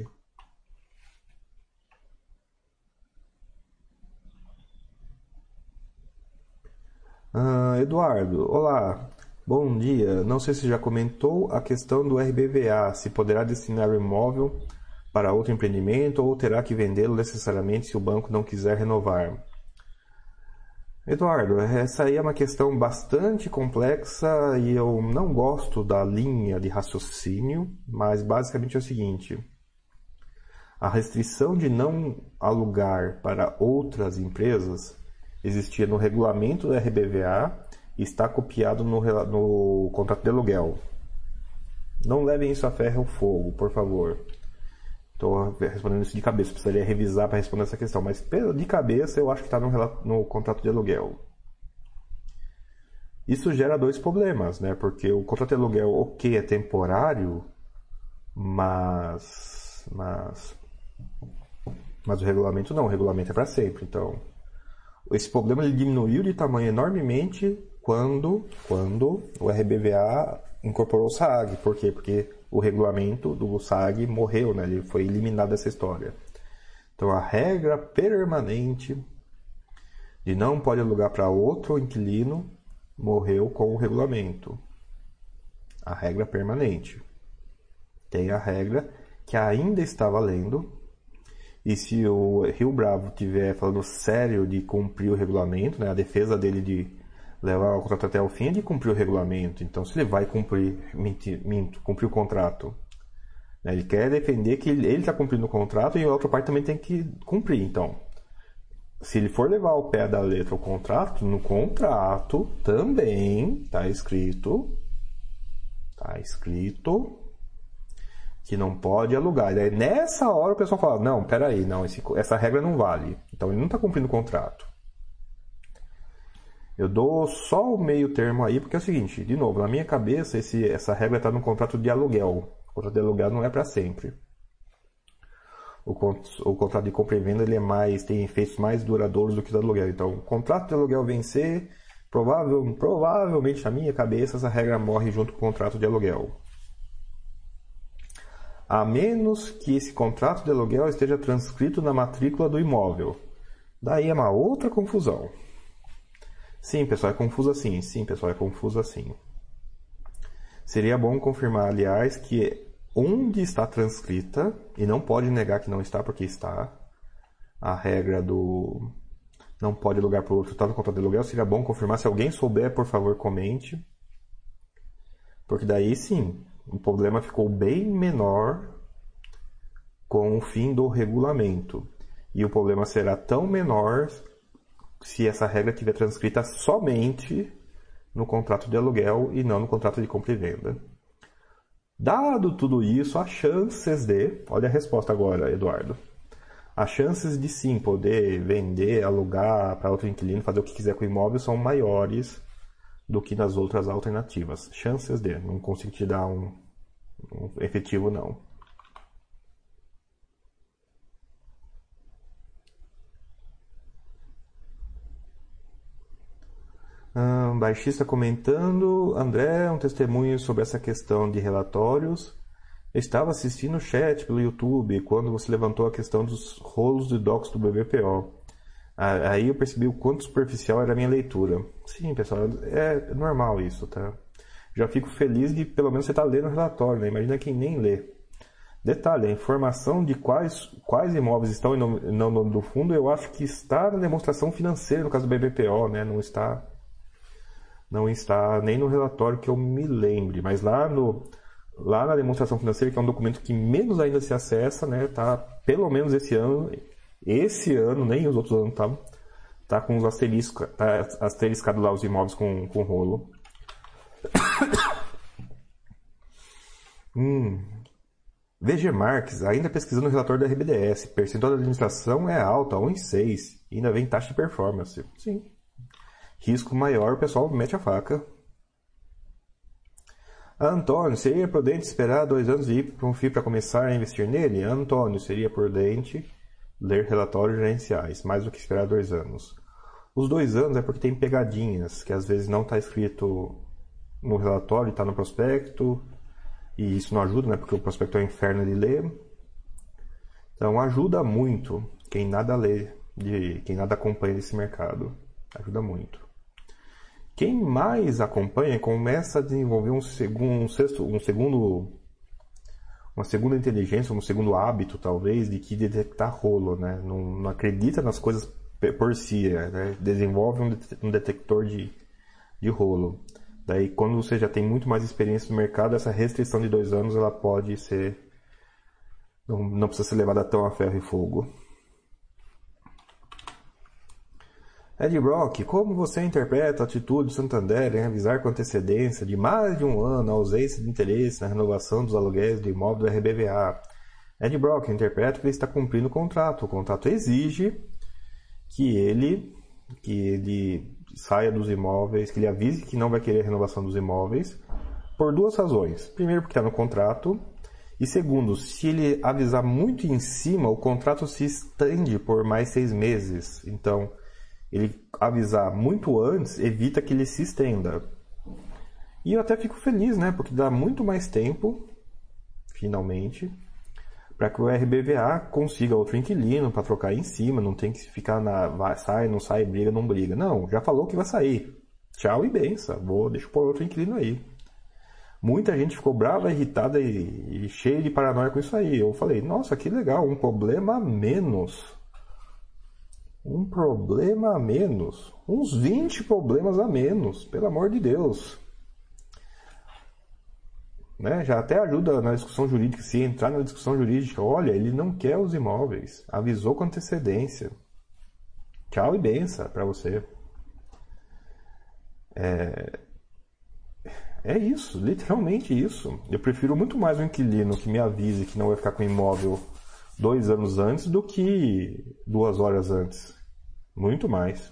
Ah, Eduardo, olá, bom dia. Não sei se já comentou a questão do R B V A, se poderá destinar o imóvel para outro empreendimento ou terá que vendê-lo necessariamente se o banco não quiser renovar. Eduardo, essa aí é uma questão bastante complexa e eu não gosto da linha de raciocínio, mas basicamente é o seguinte: a restrição de não alugar para outras empresas existia no regulamento do R B V A e está copiado no, no contrato de aluguel. Não levem isso a ferro ou fogo, por favor. Estou respondendo isso de cabeça, precisaria revisar para responder essa questão, mas de cabeça eu acho que está no, no contrato de aluguel. Isso gera dois problemas, né? Porque o contrato de aluguel, ok, é temporário, mas, mas, mas o regulamento não, o regulamento é para sempre. Então, esse problema ele diminuiu de tamanho enormemente quando, quando o R B V A incorporou o SAG. Por quê? Porque o regulamento do SAG morreu, né? Ele foi eliminado dessa história. Então a regra permanente de não pode alugar para outro inquilino morreu com o regulamento. A regra permanente. Tem a regra que ainda está valendo. E se o Rio Bravo estiver falando sério de cumprir o regulamento, né? A defesa dele de levar o contrato até o fim é de cumprir o regulamento. Então, se ele vai cumprir, minto, minto, cumprir o contrato, Ele quer defender que ele está cumprindo o contrato e a outra parte também tem que cumprir. Então, se ele for levar ao pé da letra o contrato, no contrato também está escrito, está escrito que não pode alugar. E daí, nessa hora o pessoal fala, não, peraí, não, esse, essa regra não vale. Então ele não está cumprindo o contrato. Eu dou só o meio termo aí, porque é o seguinte, de novo, na minha cabeça esse, essa regra está no contrato de aluguel. O contrato de aluguel não é para sempre. O, o contrato de compra e venda ele é mais, tem efeitos mais duradouros do que o do aluguel. Então, o contrato de aluguel vencer, provável, provavelmente na minha cabeça essa regra morre junto com o contrato de aluguel. A menos que esse contrato de aluguel esteja transcrito na matrícula do imóvel. Daí é uma outra confusão. Sim, pessoal, é confuso assim. Sim, pessoal, é confuso assim. Seria bom confirmar, aliás, que onde está transcrita, e não pode negar que não está, porque está, a regra do não pode alugar para o outro está no contrato de aluguel, seria bom confirmar. Se alguém souber, por favor, comente. Porque daí sim, o problema ficou bem menor com o fim do regulamento. E o problema será tão menor se essa regra estiver transcrita somente no contrato de aluguel e não no contrato de compra e venda. Dado tudo isso, as chances de... Olha a resposta agora, Eduardo. As chances de sim poder vender, alugar para outro inquilino, fazer o que quiser com o imóvel são maiores do que nas outras alternativas. Chances de... Não consigo te dar um, um efetivo, não. Um, baixista comentando, André, um testemunho sobre essa questão de relatórios. Eu estava assistindo o chat pelo YouTube quando você levantou a questão dos rolos de docs do B B P O. Aí eu percebi o quanto superficial era a minha leitura. Sim, pessoal, é normal isso, tá? Já fico feliz de pelo menos você estar lendo o relatório, né? Imagina quem nem lê. Detalhe, a informação de quais, quais imóveis estão no nome do fundo, eu acho que está na demonstração financeira, no caso do B B P O, né? Não está... Não está nem no relatório que eu me lembre, mas lá, no, lá na demonstração financeira, que é um documento que menos ainda se acessa, né, tá, pelo menos esse ano, esse ano, nem os outros anos, tá, tá com os asteriscos, tá asteriscado lá os imóveis com, com rolo. hum. V G Marques, ainda pesquisando o relatório da R B D S, percentual da administração é alta, um em seis, e ainda vem taxa de performance. Sim. Risco maior, o pessoal mete a faca. Antônio, seria prudente esperar dois anos de I P para um F I I para começar a investir nele? Antônio, seria prudente ler relatórios gerenciais, mais do que esperar dois anos. Os dois anos é porque tem pegadinhas, que às vezes não está escrito no relatório, está no prospecto, e isso não ajuda, né? Porque o prospecto é um inferno de ler. Então ajuda muito quem nada lê, de, quem nada acompanha desse mercado. Ajuda muito. Quem mais acompanha começa a desenvolver um segundo, um sexto, um segundo, uma segunda inteligência, um segundo hábito, talvez, de que detectar rolo, né? Não, não acredita nas coisas por si, né? Desenvolve um detector de, de rolo. Daí, quando você já tem muito mais experiência no mercado, essa restrição de dois anos, ela pode ser, não, não precisa ser levada tão a ferro e fogo. Ed Brock, como você interpreta a atitude do Santander em avisar com antecedência de mais de um ano a ausência de interesse na renovação dos aluguéis do imóvel do R B V A? Ed Brock, eu interpreto que ele está cumprindo o contrato. O contrato exige que ele, que ele saia dos imóveis, que ele avise que não vai querer a renovação dos imóveis, por duas razões. Primeiro, porque está no contrato. E segundo, se ele avisar muito em cima, o contrato se estende por mais seis meses. Então... ele avisar muito antes evita que ele se estenda. E eu até fico feliz, né? Porque dá muito mais tempo, finalmente, para que o R B V A consiga outro inquilino para trocar em cima. Não tem que ficar na vai, sai, não sai, briga, não briga. Não, já falou que vai sair. Tchau e benção. Vou, deixa eu pôr outro inquilino aí. Muita gente ficou brava, irritada e, e cheia de paranoia com isso aí. Eu falei, nossa, que legal, um problema a menos. Um problema a menos. Uns vinte problemas a menos. Pelo amor de Deus. né? Já até ajuda na discussão jurídica. Se entrar na discussão jurídica, olha, ele não quer os imóveis, avisou com antecedência. Tchau e benção para você. É... é isso, literalmente isso. Eu prefiro muito mais um inquilino que me avise que não vai ficar com o imóvel dois anos antes do que duas horas antes. Muito mais.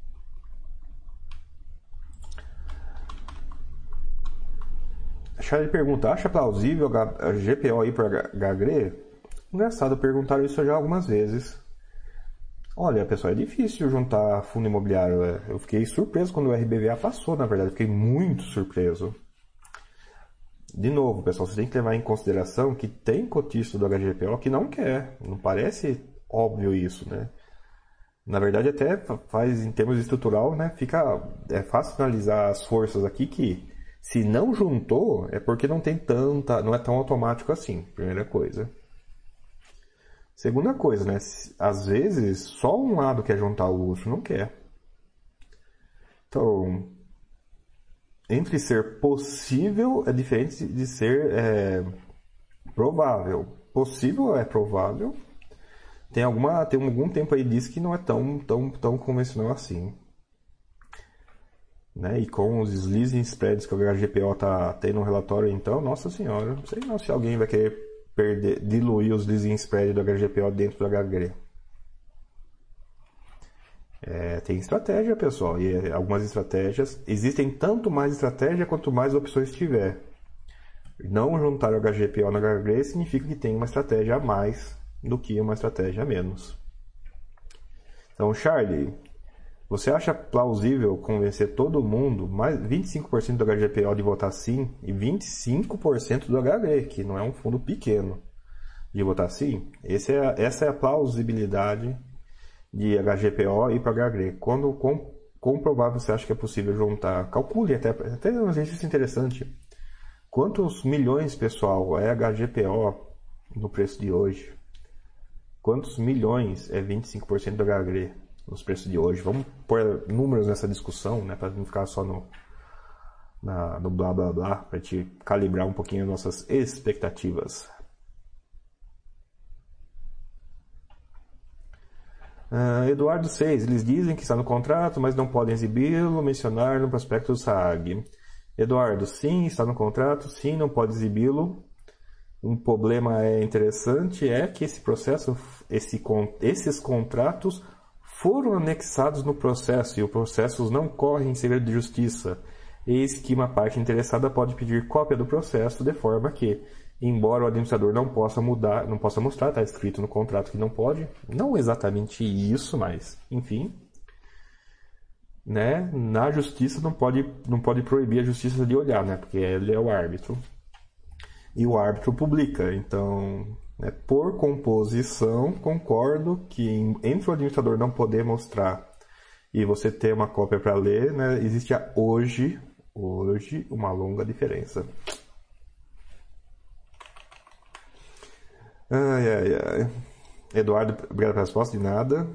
A Charlie pergunta, acha plausível a G P O ir para H G R E? Engraçado, perguntaram isso já algumas vezes. Olha, pessoal, é difícil juntar fundo imobiliário. Eu fiquei surpreso quando o R B V A passou, na verdade. Fiquei muito surpreso. De novo, pessoal, você tem que levar em consideração que tem cotista do H G P O que não quer. Não parece óbvio isso, né? Na verdade, até faz, em termos estrutural, né? Fica, é fácil analisar as forças aqui que, se não juntou, é porque não tem tanta, não é tão automático assim. Primeira coisa. Segunda coisa, né? Às vezes, só um lado quer juntar, o outro não quer. Então, entre ser possível é diferente de ser é, provável. Possível é provável. Tem, alguma, tem algum tempo aí diz que não é tão, tão, tão convencional assim. Né? E com os sleasing spreads que o H G P O está tendo no relatório, então, nossa senhora, não sei não se alguém vai querer perder, diluir os leasing spread do H G P O dentro do H G R E. É, tem estratégia, pessoal, e algumas estratégias, existem tanto mais estratégia quanto mais opções tiver. Não juntar o H G P O no H G R E significa que tem uma estratégia a mais do que uma estratégia a menos. Então, Charlie, você acha plausível convencer todo mundo, mais vinte e cinco por cento do H G P O de votar sim e vinte e cinco por cento do H G R E, que não é um fundo pequeno, de votar sim? Esse é, essa é a plausibilidade de H G P O e para H G R E. Quando, quão, quão provável você acha que é possível juntar? Calcule, até, até um exercício interessante. Quantos milhões, pessoal, é H G P O no preço de hoje? Quantos milhões é vinte e cinco por cento do H G R E nos preços de hoje? Vamos pôr números nessa discussão, né, para não ficar só no, na, no blá blá blá, para a gente calibrar um pouquinho as nossas expectativas. Uh, Eduardo seis, eles dizem que está no contrato, mas não podem exibi-lo, mencionar no prospecto do SAAG. Eduardo, sim, está no contrato, sim, não pode exibi-lo. Um problema é interessante é que esse processo, esse, esses contratos foram anexados no processo e os processos não correm em segredo de justiça. Eis que uma parte interessada pode pedir cópia do processo de forma que, embora o administrador não possa mudar, não possa mostrar, está escrito no contrato que não pode, não exatamente isso, mas, enfim, né, na justiça não pode, não pode proibir a justiça de olhar, né, porque ele é o árbitro. E o árbitro publica, então, né, por composição, concordo que entre o administrador não poder mostrar e você ter uma cópia para ler, né, existe a hoje, hoje uma longa diferença. Ai, ai, ai. Eduardo, obrigado pela resposta, de nada.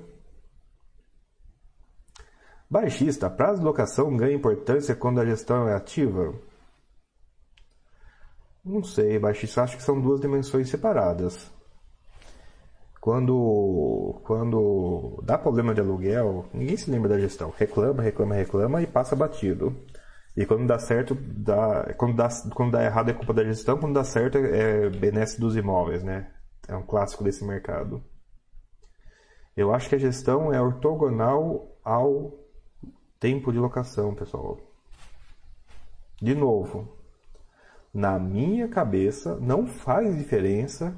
Baixista, prazo de locação ganha importância quando a gestão é ativa? Não sei, baixista, acho que são duas dimensões separadas. Quando, quando dá problema de aluguel, ninguém se lembra da gestão. Reclama, reclama, reclama e passa batido. E quando dá certo, dá, quando, dá, quando dá errado é culpa da gestão, quando dá certo é benesse dos imóveis, né? É um clássico desse mercado. Eu acho que a gestão é ortogonal ao tempo de locação, pessoal. De novo, na minha cabeça, não faz diferença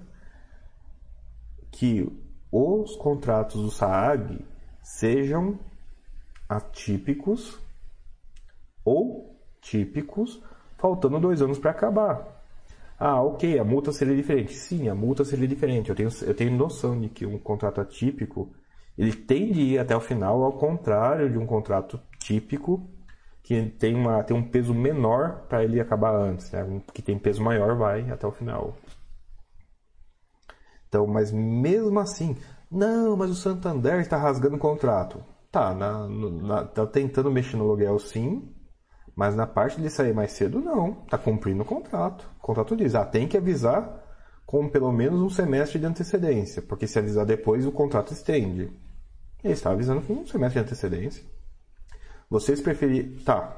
que os contratos do SAAG sejam atípicos ou típicos, faltando dois anos para acabar. Ah, ok, a multa seria diferente. Sim, a multa seria diferente. Eu tenho, eu tenho noção de que um contrato atípico, ele tem de ir até o final, ao contrário de um contrato típico, que tem, uma, tem um peso menor para ele acabar antes, né? Um que tem peso maior vai até o final. Então, mas mesmo assim, não, mas o Santander está rasgando o contrato. Tá, na, na, tá tentando mexer no aluguel sim, Mas na parte de sair mais cedo, não. Está cumprindo o contrato. O contrato diz, ah, tem que avisar com pelo menos um semestre de antecedência. Porque se avisar depois, o contrato estende. Ele está avisando com um semestre de antecedência. Vocês preferiam... Tá.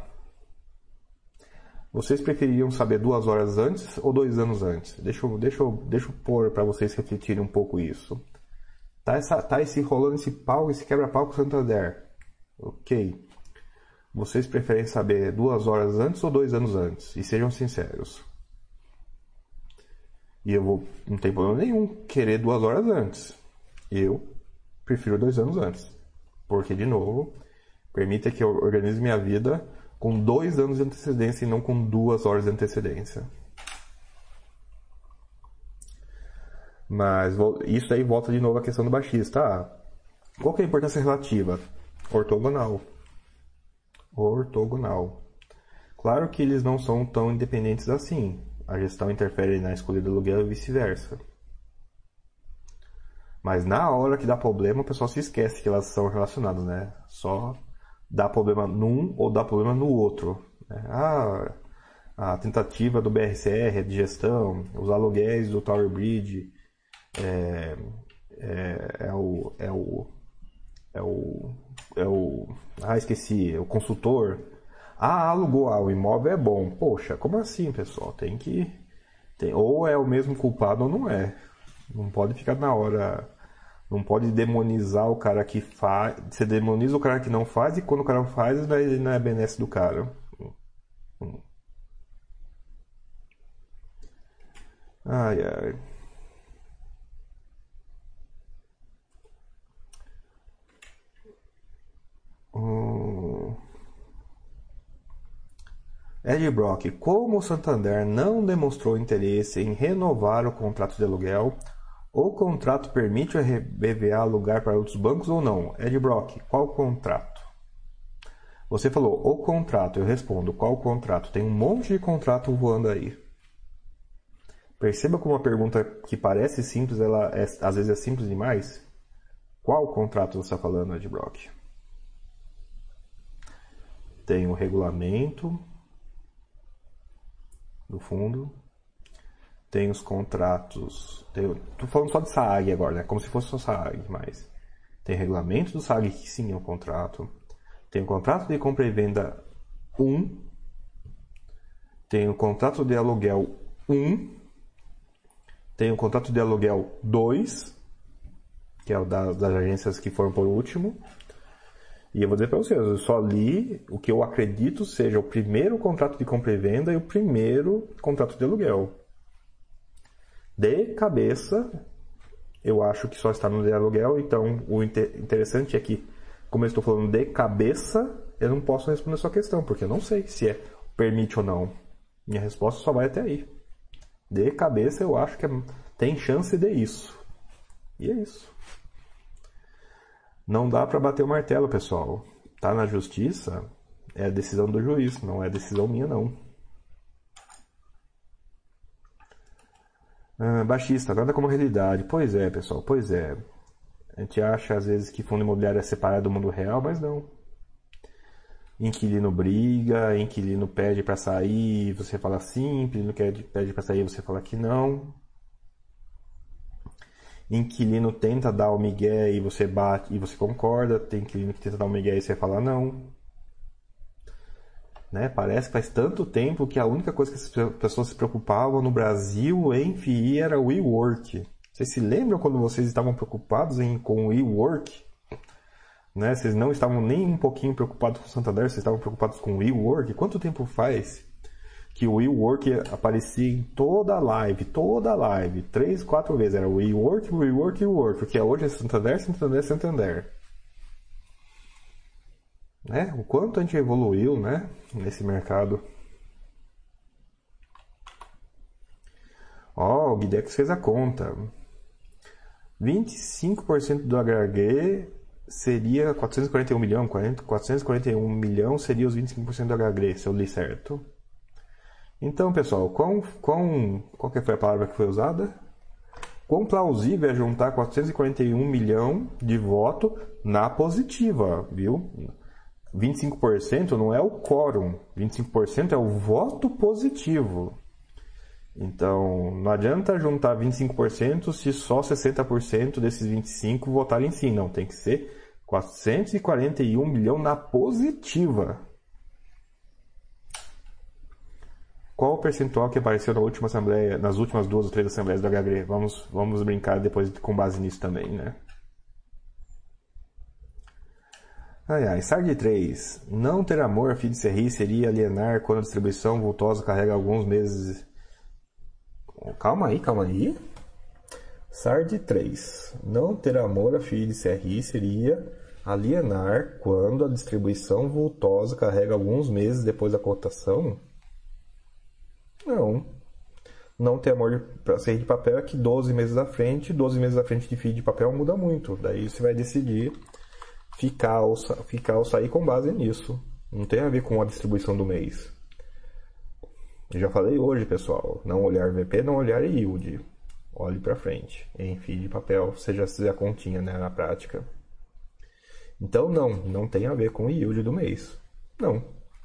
Vocês prefeririam saber duas horas antes ou dois anos antes? Deixa eu, deixa eu, deixa eu pôr para vocês refletirem um pouco isso. Tá, essa, tá esse rolando esse pau, esse quebra-pau com o Santander. Ok. Vocês preferem saber duas horas antes ou dois anos antes? E sejam sinceros. E eu vou, não tem problema nenhum querer duas horas antes. Eu prefiro dois anos antes. Porque, de novo, permita que eu organize minha vida com dois anos de antecedência e não com duas horas de antecedência. Mas isso aí volta de novo à questão do baixista. Ah, qual que é a importância relativa? Ortogonal. Ortogonal. Claro que eles não são tão independentes assim. A gestão interfere na escolha do aluguel e vice-versa. Mas na hora que dá problema, o pessoal se esquece que elas são relacionadas, né? Só dá problema num ou dá problema no outro. Ah, a tentativa do B R C R, de gestão, os aluguéis do Tower Bridge, é, é, é o... É o É o, é o... Ah, esqueci. É o consultor. Ah, alugou. Ah, o imóvel é bom. Poxa, como assim, pessoal? Tem que... Tem, ou é o mesmo culpado ou não é. Não pode ficar na hora... Não pode demonizar o cara que faz... Você demoniza o cara que não faz e quando o cara faz, ele não é benesse do cara. Ai, ai... Ed Brock, como o Santander não demonstrou interesse em renovar o contrato de aluguel, o contrato permite a B V A alugar para outros bancos ou não? Ed Brock, qual contrato? Você falou o contrato, eu respondo qual contrato? Tem um monte de contrato voando aí. Perceba como uma pergunta que parece simples, ela é, às vezes é simples demais. Qual contrato você está falando, Ed Brock? Tem o regulamento do fundo, tem os contratos, estou falando só de SAAG agora, né? Como se fosse só SAAG, mas tem regulamento do SAAG que sim é um contrato, tem o contrato de compra e venda um, tem o contrato de aluguel um, tem o contrato de aluguel dois, que é o das, das agências que foram por último. E eu vou dizer para vocês, eu só li o que eu acredito seja o primeiro contrato de compra e venda e o primeiro contrato de aluguel. De cabeça, eu acho que só está no de aluguel, então o interessante é que, como eu estou falando de cabeça, eu não posso responder a sua questão, porque eu não sei se é permite ou não. Minha resposta só vai até aí. De cabeça, eu acho que é, tem chance de isso. E é isso. Não dá para bater o martelo, pessoal. Tá na justiça, é a decisão do juiz, não é decisão minha, não. Ah, baixista, nada como realidade. Pois é, pessoal, pois é. A gente acha, às vezes, que fundo imobiliário é separado do mundo real, mas não. Inquilino briga, inquilino pede para sair, você fala sim, inquilino pede para sair, você fala que não. Inquilino tenta dar o migué e você bate e você concorda. Tem inquilino que tenta dar o migué e você fala não. Né? Parece que faz tanto tempo que a única coisa que as pessoas se preocupavam no Brasil em F I I era o WeWork. Vocês se lembram quando vocês estavam preocupados em, com o WeWork? Né? Vocês não estavam nem um pouquinho preocupados com o Santander, vocês estavam preocupados com o WeWork. Quanto tempo faz que o WeWork aparecia em toda a live, toda a live, três, quatro vezes, era WeWork, WeWork, WeWork, porque hoje é Santander, Santander, Santander. Né? O quanto a gente evoluiu, né, nesse mercado. Ó, oh, o Guidex fez a conta. vinte e cinco por cento do H G seria quatrocentos e quarenta e um milhões, quatrocentos e quarenta e um milhões seria os vinte e cinco por cento do H G, se eu li certo. Então, pessoal, quão, quão, qual que foi a palavra que foi usada? Quão plausível é juntar quatrocentos e quarenta e um milhões de votos na positiva, viu? vinte e cinco por cento não é o quórum, vinte e cinco por cento é o voto positivo. Então, não adianta juntar vinte e cinco por cento se só sessenta por cento desses vinte e cinco por cento votarem sim. Não, tem que ser quatrocentos e quarenta e um milhões na positiva. Qual o percentual que apareceu na última assembleia, nas últimas duas ou três assembleias do H G? Vamos, vamos brincar depois com base nisso também, né? Ai, ai, S A R D três. Não ter amor a fim de serrir seria alienar quando a distribuição vultosa carrega alguns meses... Calma aí, calma aí. S A R D três. Não ter amor a fim de serrir seria alienar quando a distribuição vultosa carrega alguns meses depois da cotação? Não. Não ter amor para serrir de papel é que doze meses à frente, doze meses à frente de F I I de papel muda muito. Daí você vai decidir ficar ou, ficar ou sair com base nisso. Não tem a ver com a distribuição do mês. Eu já falei hoje, pessoal. Não olhar V P, não olhar yield. Olhe para frente. Em F I I de papel, você já fizer a continha, né, na prática. Então, não. Não tem a ver com o yield do mês. Não.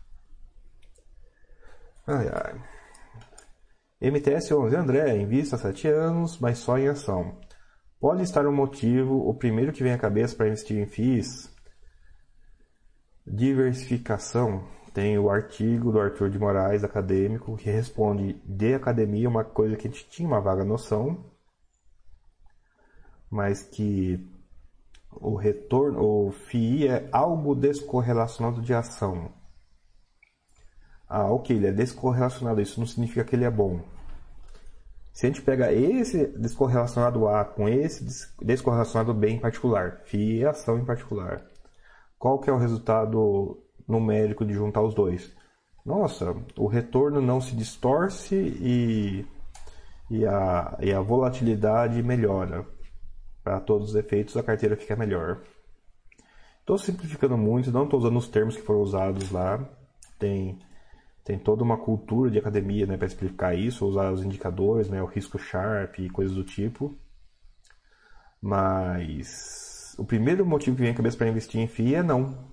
Ai, ai. M T S onze. André, invista há sete anos, mas só em ação. Pode estar um motivo, o primeiro que vem à cabeça para investir em F I Is? Diversificação. Tem o artigo do Arthur de Moraes, acadêmico, que responde de academia, uma coisa que a gente tinha uma vaga noção, mas que o retorno, o F I I é algo descorrelacionado de ação. Ah, ok, ele é descorrelacionado, isso não significa que ele é bom. Se a gente pega esse descorrelacionado A com esse descorrelacionado B em particular, F I I e ação em particular, qual que é o resultado numérico de juntar os dois? Nossa, o retorno não se distorce e, e, a, e a volatilidade melhora. Para todos os efeitos, a carteira fica melhor. Estou simplificando muito, não estou usando os termos que foram usados lá. Tem... Tem toda uma cultura de academia, né, para explicar isso, usar os indicadores, né, o risco Sharpe e coisas do tipo. Mas o primeiro motivo que vem à cabeça para investir em F I I é não.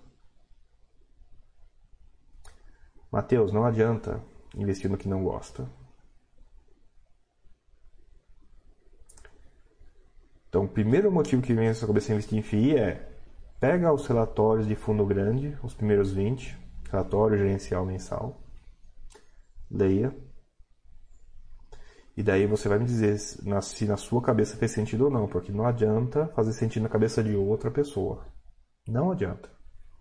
Matheus, não adianta investir no que não gosta. Então, o primeiro motivo que vem à sua cabeça para investir em F I I é pega os relatórios de fundo grande, os primeiros vinte, relatório gerencial mensal. Leia. E daí você vai me dizer se na sua cabeça fez sentido ou não, porque não adianta fazer sentido na cabeça de outra pessoa. Não adianta.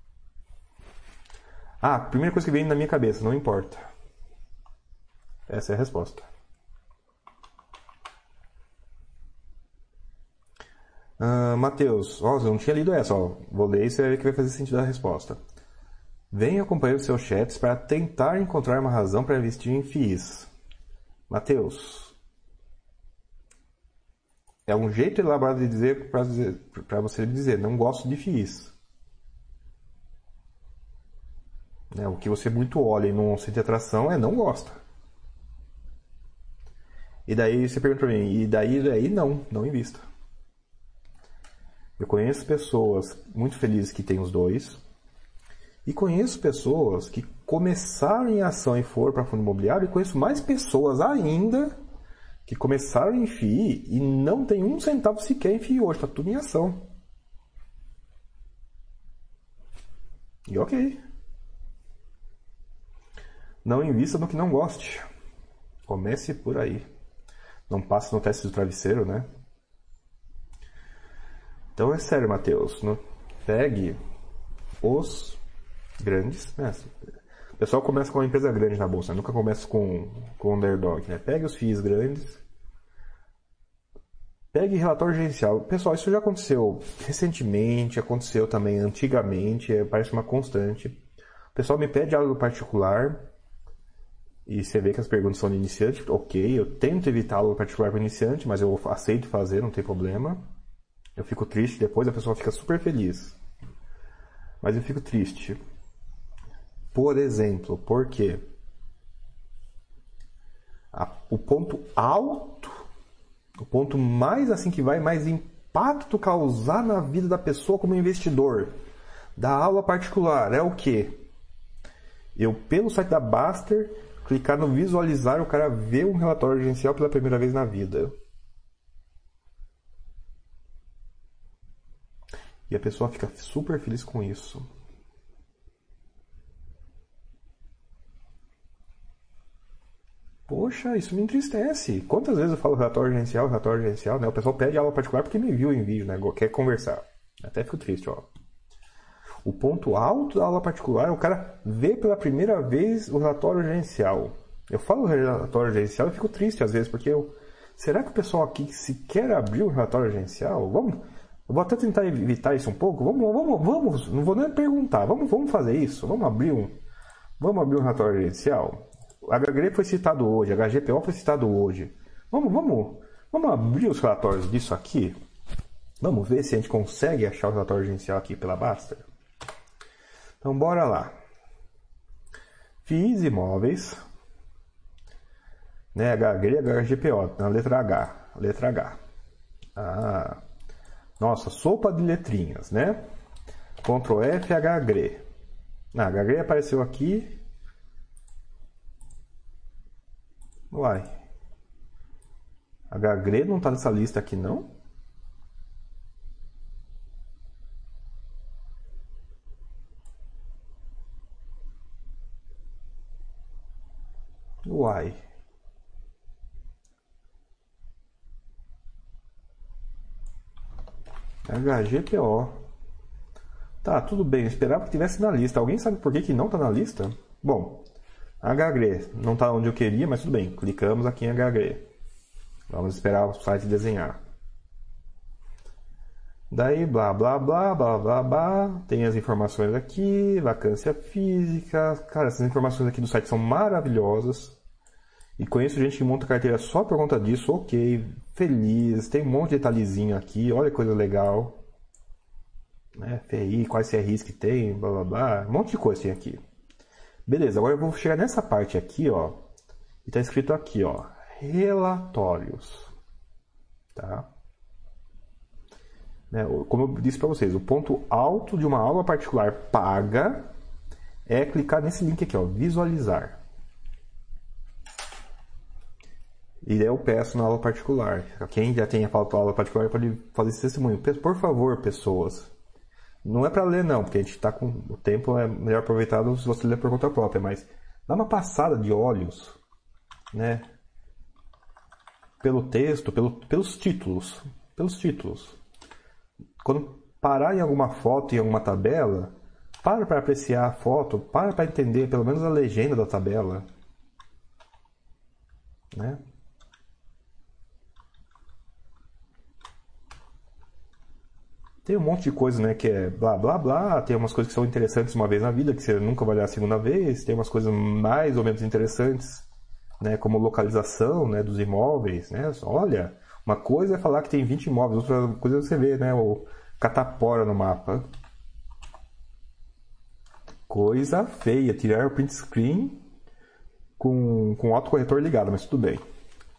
Ah, a primeira coisa que vem na minha cabeça, não importa. Essa é a resposta. Ah, Matheus, ó, eu não tinha lido essa, ó. Vou ler e você vai ver que vai fazer sentido a resposta. Venha acompanhar os seus chats para tentar encontrar uma razão para investir em F I Is. Matheus, é um jeito elaborado de dizer para você dizer, não gosto de F I Is. É, o que você muito olha e não sente atração é não gosta. E daí você pergunta para mim, e daí, daí não, não invista. Eu conheço pessoas muito felizes que têm os dois. E conheço pessoas que começaram em ação e foram para fundo imobiliário. E conheço mais pessoas ainda que começaram em F I I e não tem um centavo sequer em F I I hoje. Está tudo em ação. E ok. Não invista no que não goste. Comece por aí. Não passe no teste do travesseiro, né? Então é sério, Matheus. Né? Pegue os... grandes, né? O pessoal começa com uma empresa grande na bolsa, nunca começa com, com underdog, né? Pegue os F I Is grandes, pegue relatório gerencial. Pessoal, isso já aconteceu recentemente, aconteceu também antigamente, é, parece uma constante. O pessoal me pede algo particular e você vê que as perguntas são de iniciante. Ok, eu tento evitar algo particular para iniciante, mas eu aceito fazer, não tem problema. Eu fico triste depois, a pessoa fica super feliz. Mas eu fico triste. Por exemplo, porque a, o ponto alto, o ponto mais assim que vai mais impacto causar na vida da pessoa como investidor, da aula particular é o quê? Eu, pelo site da Baster, clicar no visualizar, o cara vê um relatório agencial pela primeira vez na vida. E a pessoa fica super feliz com isso. Poxa, isso me entristece. Quantas vezes eu falo relatório agencial, relatório agencial, né? O pessoal pede aula particular porque me viu em vídeo, né? Quer conversar. Até fico triste, ó. O ponto alto da aula particular é o cara ver pela primeira vez o relatório agencial. Eu falo relatório agencial e fico triste às vezes, porque eu... Será que o pessoal aqui se quer abrir um relatório agencial? Vamos... Eu vou até tentar evitar isso um pouco. Vamos, vamos, vamos. Não vou nem perguntar. Vamos, vamos fazer isso. Vamos abrir um... Vamos abrir um relatório agencial? O H G R E foi citado hoje, H G P O foi citado hoje. Vamos, vamos, vamos abrir os relatórios disso aqui? Vamos ver se a gente consegue achar o relatório agencial aqui pela Baster? Então, bora lá. F I Is imóveis, né, H G R E, H G P O, na letra H, letra H. Ah, nossa, sopa de letrinhas, né? Ctrl F, H G R E. Ah, H G R E apareceu aqui. Uai. H G R E não está nessa lista aqui, não? Uai. H G P O. Tá, tudo bem. Eu esperava que tivesse na lista. Alguém sabe por que, que não está na lista? Bom, H G R E não está onde eu queria, mas tudo bem. Clicamos aqui em H G R E. Vamos esperar o site desenhar. Daí, blá, blá, blá, blá, blá, blá. Tem as informações aqui, vacância física. Cara, essas informações aqui do site são maravilhosas. E conheço gente que monta carteira só por conta disso. Ok, feliz. Tem um monte de detalhezinho aqui. Olha que coisa legal. Né? F I, quais C R Is que tem, blá, blá, blá. Um monte de coisa tem aqui. Beleza, agora eu vou chegar nessa parte aqui, ó. E tá escrito aqui, ó. Relatórios. Tá? Né? Como eu disse para vocês, o ponto alto de uma aula particular paga é clicar nesse link aqui, ó. Visualizar. E daí eu peço na aula particular. Quem já tem a aula particular pode fazer esse testemunho. Por favor, pessoas. Não é para ler, não, porque a gente está com o tempo, é melhor aproveitado se você ler por conta própria, mas dá uma passada de olhos, né? Pelo texto, pelo, pelos títulos. Pelos títulos. Quando parar em alguma foto, em alguma tabela, para para apreciar a foto, para para entender pelo menos a legenda da tabela. Né? Tem um monte de coisa, né, que é blá blá blá, tem umas coisas que são interessantes uma vez na vida, que você nunca vai olhar a segunda vez, tem umas coisas mais ou menos interessantes, né, como localização, né, dos imóveis, né, olha, uma coisa é falar que tem vinte imóveis, outra coisa é você ver, né, o catapora no mapa. Coisa feia, tirar o print screen com, com o autocorretor ligado, mas tudo bem.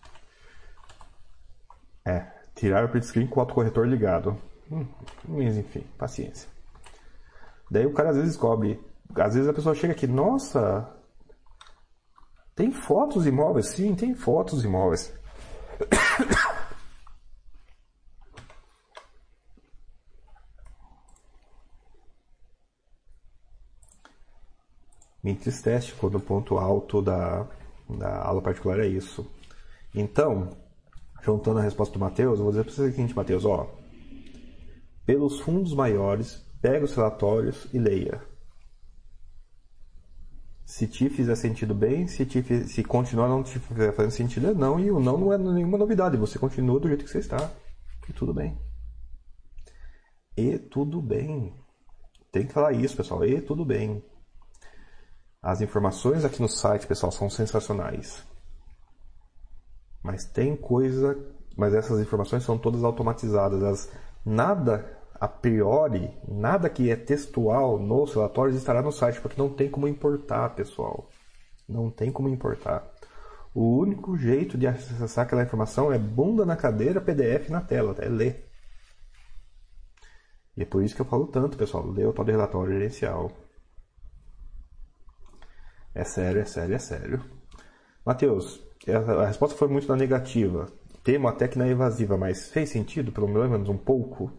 É, tirar o print screen com o autocorretor ligado. Hum, mas enfim, paciência. Daí o cara às vezes descobre, às vezes a pessoa chega aqui, nossa, tem fotos imóveis? Sim, tem fotos imóveis. Me entristece quando o ponto alto da, da aula particular é isso. Então, juntando a resposta do Matheus, eu vou dizer para você o seguinte, Matheus, ó. Pelos fundos maiores, pega os relatórios e leia. Se te fizer sentido bem, se, te, se continuar não te fizer fazendo sentido, é não. E o não não é nenhuma novidade. Você continua do jeito que você está. E tudo bem. E tudo bem. Tem que falar isso, pessoal. E tudo bem. As informações aqui no site, pessoal, são sensacionais. Mas tem coisa... Mas essas informações são todas automatizadas. As, nada... A priori, nada que é textual nos relatórios estará no site, porque não tem como importar, pessoal. Não tem como importar. O único jeito de acessar aquela informação é bunda na cadeira, P D F na tela, é ler. E é por isso que eu falo tanto, pessoal, lê o tal de relatório gerencial. É sério, é sério, é sério. Matheus, a resposta foi muito na negativa. Temo até que na evasiva, mas fez sentido, pelo menos um pouco?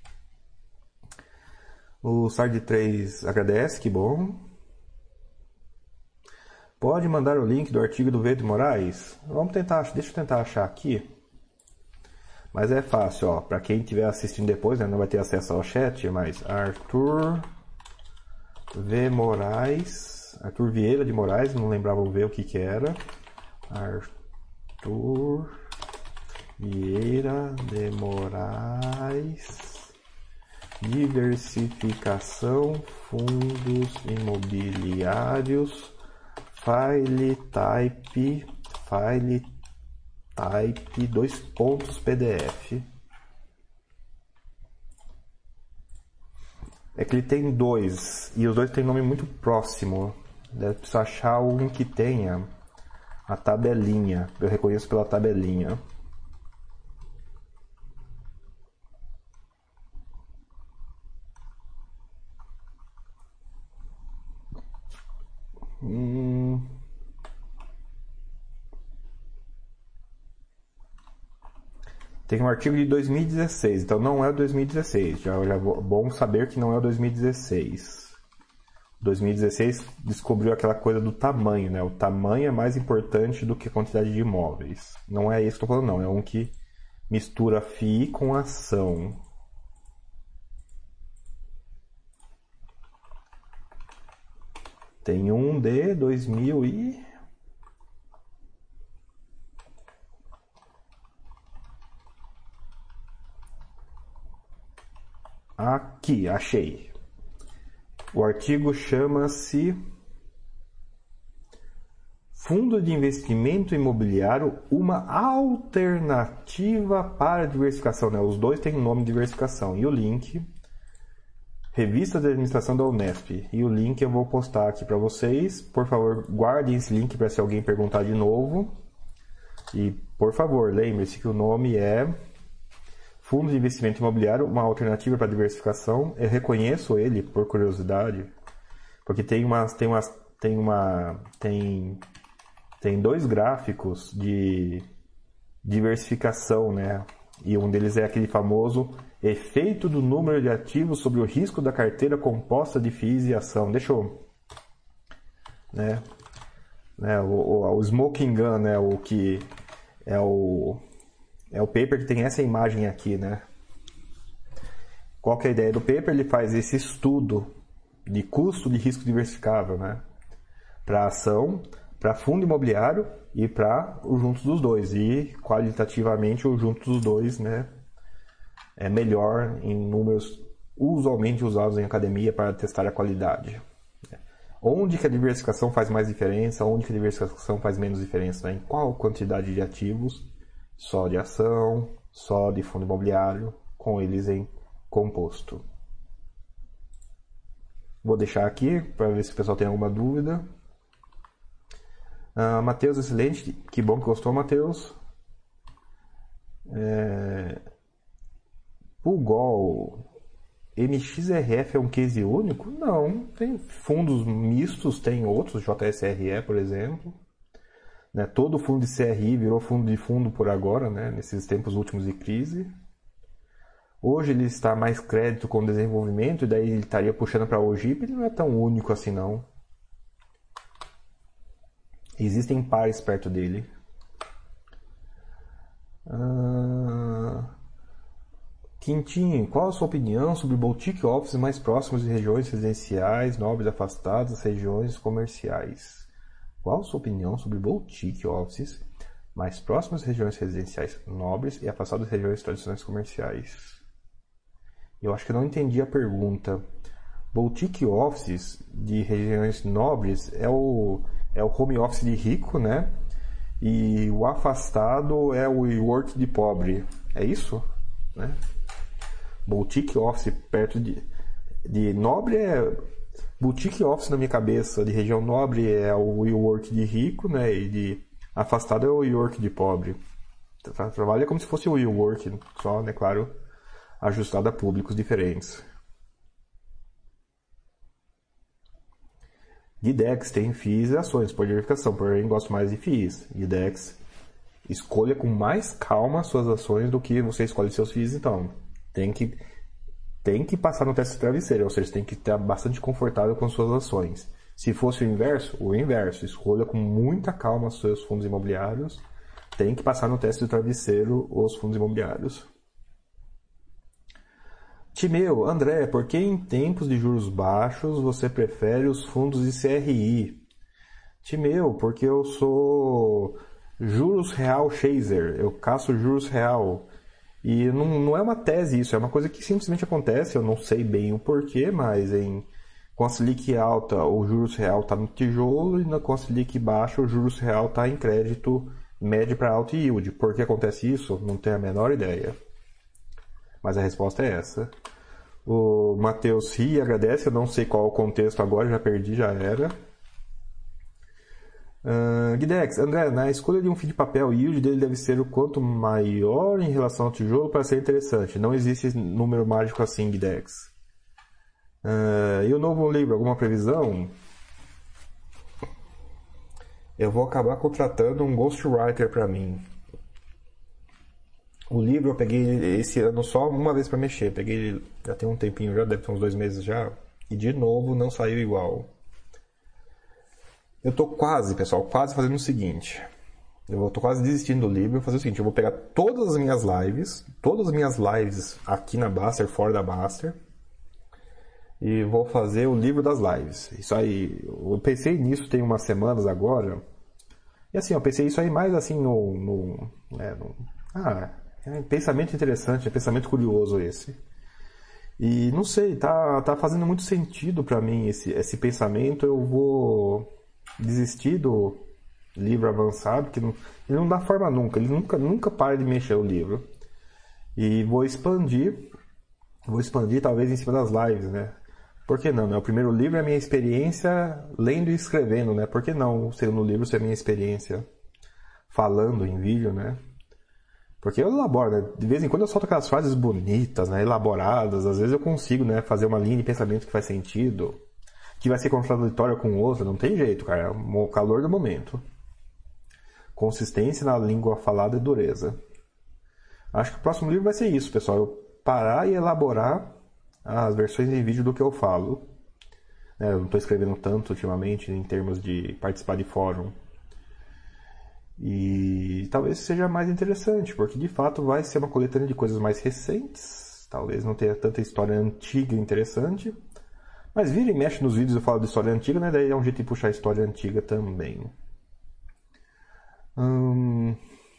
O Sard três agradece, que bom. Pode mandar o link do artigo do Veito Moraes? Vamos tentar, deixa eu tentar achar aqui. Mas é fácil, ó. Para quem estiver assistindo depois, né, não vai ter acesso ao chat, mas Arthur V. Moraes, Arthur Vieira de Moraes, não lembrava o V o que que era. Arthur Vieira de Moraes. Diversificação, fundos imobiliários, file type, file type, dois pontos P D F. É que ele tem dois, e os dois têm nome muito próximo. Deve precisar achar um que tenha a tabelinha. Eu reconheço pela tabelinha. Hum... Tem um artigo de dois mil e dezesseis, então não é o dois mil e dezesseis. Já, já é bom saber que não é o dois mil e dezesseis. dois mil e dezesseis descobriu aquela coisa do tamanho, né? O tamanho é mais importante do que a quantidade de imóveis. Não é isso que eu tô falando, não. É um que mistura F I I com ação. Tem um de dois mil e... Aqui, achei. O artigo chama-se Fundo de Investimento Imobiliário, uma alternativa para a diversificação. Né? Os dois têm o nome de diversificação. E o link, Revista de Administração da Unesp. E o link eu vou postar aqui para vocês. Por favor, guardem esse link para se alguém perguntar de novo. E, por favor, lembre-se que o nome é Fundo de Investimento Imobiliário, uma alternativa para diversificação. Eu reconheço ele por curiosidade, porque tem umas, tem umas, tem uma, tem, tem dois gráficos de diversificação, né? E um deles é aquele famoso efeito do número de ativos sobre o risco da carteira composta de F I Is e ação. Deixa eu, né? né o, o, o smoking gun, né? O que é o É o paper que tem essa imagem aqui, né? Qual que é a ideia do paper? Ele faz esse estudo de custo de risco diversificável, né? Para ação, para fundo imobiliário e para o junto dos dois. E qualitativamente o junto dos dois, né? É melhor em números usualmente usados em academia para testar a qualidade. Onde que a diversificação faz mais diferença? Onde que a diversificação faz menos diferença? Né? Em qual quantidade de ativos? Só de ação, só de fundo imobiliário, com eles em composto. Vou deixar aqui para ver se o pessoal tem alguma dúvida. Uh, Matheus, excelente. Que bom que gostou, Matheus. É... Pugol, M X R F é um case único? Não, tem fundos mistos, tem outros, J S R E, por exemplo. Né, todo fundo de C R I virou fundo de fundo por agora, né, nesses tempos últimos de crise. Hoje ele está mais crédito com desenvolvimento, e daí ele estaria puxando para o Ogip, ele não é tão único assim não. Existem pares perto dele. Ah... Quintinho, qual a sua opinião sobre boutique offices mais próximos de regiões residenciais, nobres afastadas, regiões comerciais? Qual a sua opinião sobre boutique offices mais próximas às regiões residenciais nobres e afastadas das regiões tradicionais comerciais? Eu acho que eu não entendi a pergunta. Boutique offices de regiões nobres é o, é o home office de rico, né? E o afastado é o work de pobre. É isso? Né? Boutique office perto de, de nobre é... Boutique office na minha cabeça, de região nobre é o WeWork de rico, né? E de afastado é o WeWork de pobre. Trabalha como se fosse o WeWork, só, né? Claro, ajustado a públicos diferentes. Guidex tem F I Is e ações, por verificação, porém gosto mais de F I Is. Guidex, escolha com mais calma suas ações do que você escolhe seus F I Is, então. Tem que, tem que passar no teste de travesseiro, ou seja, tem que estar bastante confortável com suas ações. Se fosse o inverso, o inverso. Escolha com muita calma os seus fundos imobiliários. Tem que passar no teste de travesseiro os fundos imobiliários. Timeu, André, por que em tempos de juros baixos você prefere os fundos de C R I? Timeu, porque eu sou juros real chaser, eu caço juros real. E não, não é uma tese isso, é uma coisa que simplesmente acontece, eu não sei bem o porquê, mas em, com a Selic alta o juros real está no tijolo e na, com a Selic baixa o juros real está em crédito médio para alto yield. Por que acontece isso? Não tenho a menor ideia. Mas a resposta é essa. O Matheus ri e agradece, eu não sei qual é o contexto agora, já perdi, já era. Uh, Guidex, André, na escolha de um F I I de papel, o yield dele deve ser o quanto maior em relação ao tijolo para ser interessante. Não existe número mágico assim, Guidex. Uh, e o novo livro, alguma previsão? Eu vou acabar contratando um ghostwriter para mim. O livro eu peguei esse ano só uma vez para mexer. Peguei já tem um tempinho, já deve ter uns dois meses já. E de novo não saiu igual. Eu tô quase, pessoal, quase fazendo o seguinte. Eu tô quase desistindo do livro. Eu vou fazer o seguinte, eu vou pegar todas as minhas lives, todas as minhas lives aqui na Baster, fora da Baster, e vou fazer o livro das lives. Isso aí, eu pensei nisso tem umas semanas agora. E assim, eu pensei isso aí mais assim no... no, né, no ah, é um pensamento interessante, é um pensamento curioso esse. E não sei, tá, tá fazendo muito sentido pra mim esse, esse pensamento. Eu vou desistir do livro avançado, que não, ele não dá forma nunca, ele nunca, nunca para de mexer o livro. E vou expandir, vou expandir talvez em cima das lives, né? Por que não, né? O primeiro livro é a minha experiência lendo e escrevendo, né? Por que não o segundo livro ser a minha experiência falando em vídeo, né? Porque eu elaboro, né? De vez em quando eu solto aquelas frases bonitas, né? Elaboradas, às vezes eu consigo, né? Fazer uma linha de pensamento que faz sentido, que vai ser contraditória com o outro, não tem jeito, cara, é o calor do momento. Consistência na língua falada e dureza. Acho que o próximo livro vai ser isso, pessoal, eu parar e elaborar as versões em vídeo do que eu falo. Eu não estou escrevendo tanto ultimamente em termos de participar de fórum. E talvez seja mais interessante, porque de fato vai ser uma coletânea de coisas mais recentes. Talvez não tenha tanta história antiga interessante. Mas vira e mexe nos vídeos eu falo de história antiga, né? Daí é um jeito de puxar a história antiga também. Hum...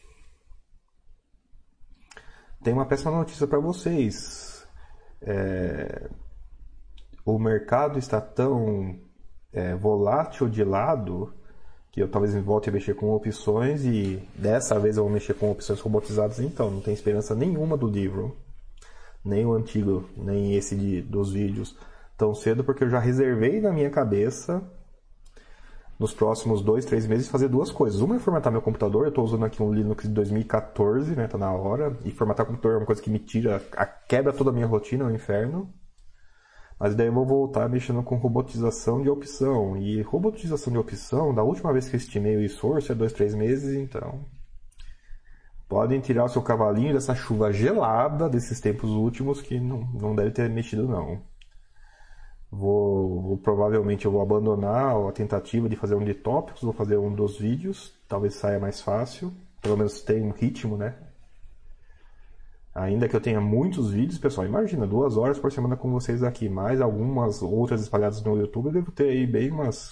Tem uma péssima notícia para vocês. É... O mercado está tão é, volátil de lado que eu talvez volte a mexer com opções e dessa vez eu vou mexer com opções robotizadas, então não tem esperança nenhuma do livro, nem o antigo, nem esse de, dos vídeos tão cedo, porque eu já reservei na minha cabeça nos próximos dois, três meses fazer duas coisas. Uma é formatar meu computador, eu estou usando aqui um Linux de dois mil e quatorze, né, tá na hora, e formatar o computador é uma coisa que me tira, a, quebra toda a minha rotina, é um inferno. Mas daí eu vou voltar mexendo com robotização de opção. E robotização de opção, da última vez que eu estimei o esforço, é dois, três meses, então... Podem tirar o seu cavalinho dessa chuva gelada desses tempos últimos que não, não deve ter mexido, não. Vou, vou, provavelmente eu vou abandonar a tentativa de fazer um de tópicos, vou fazer um dos vídeos, talvez saia mais fácil. Pelo menos tem um ritmo, né? Ainda que eu tenha muitos vídeos, pessoal, imagina, duas horas por semana com vocês aqui, mais algumas outras espalhadas no YouTube, eu devo ter aí bem umas...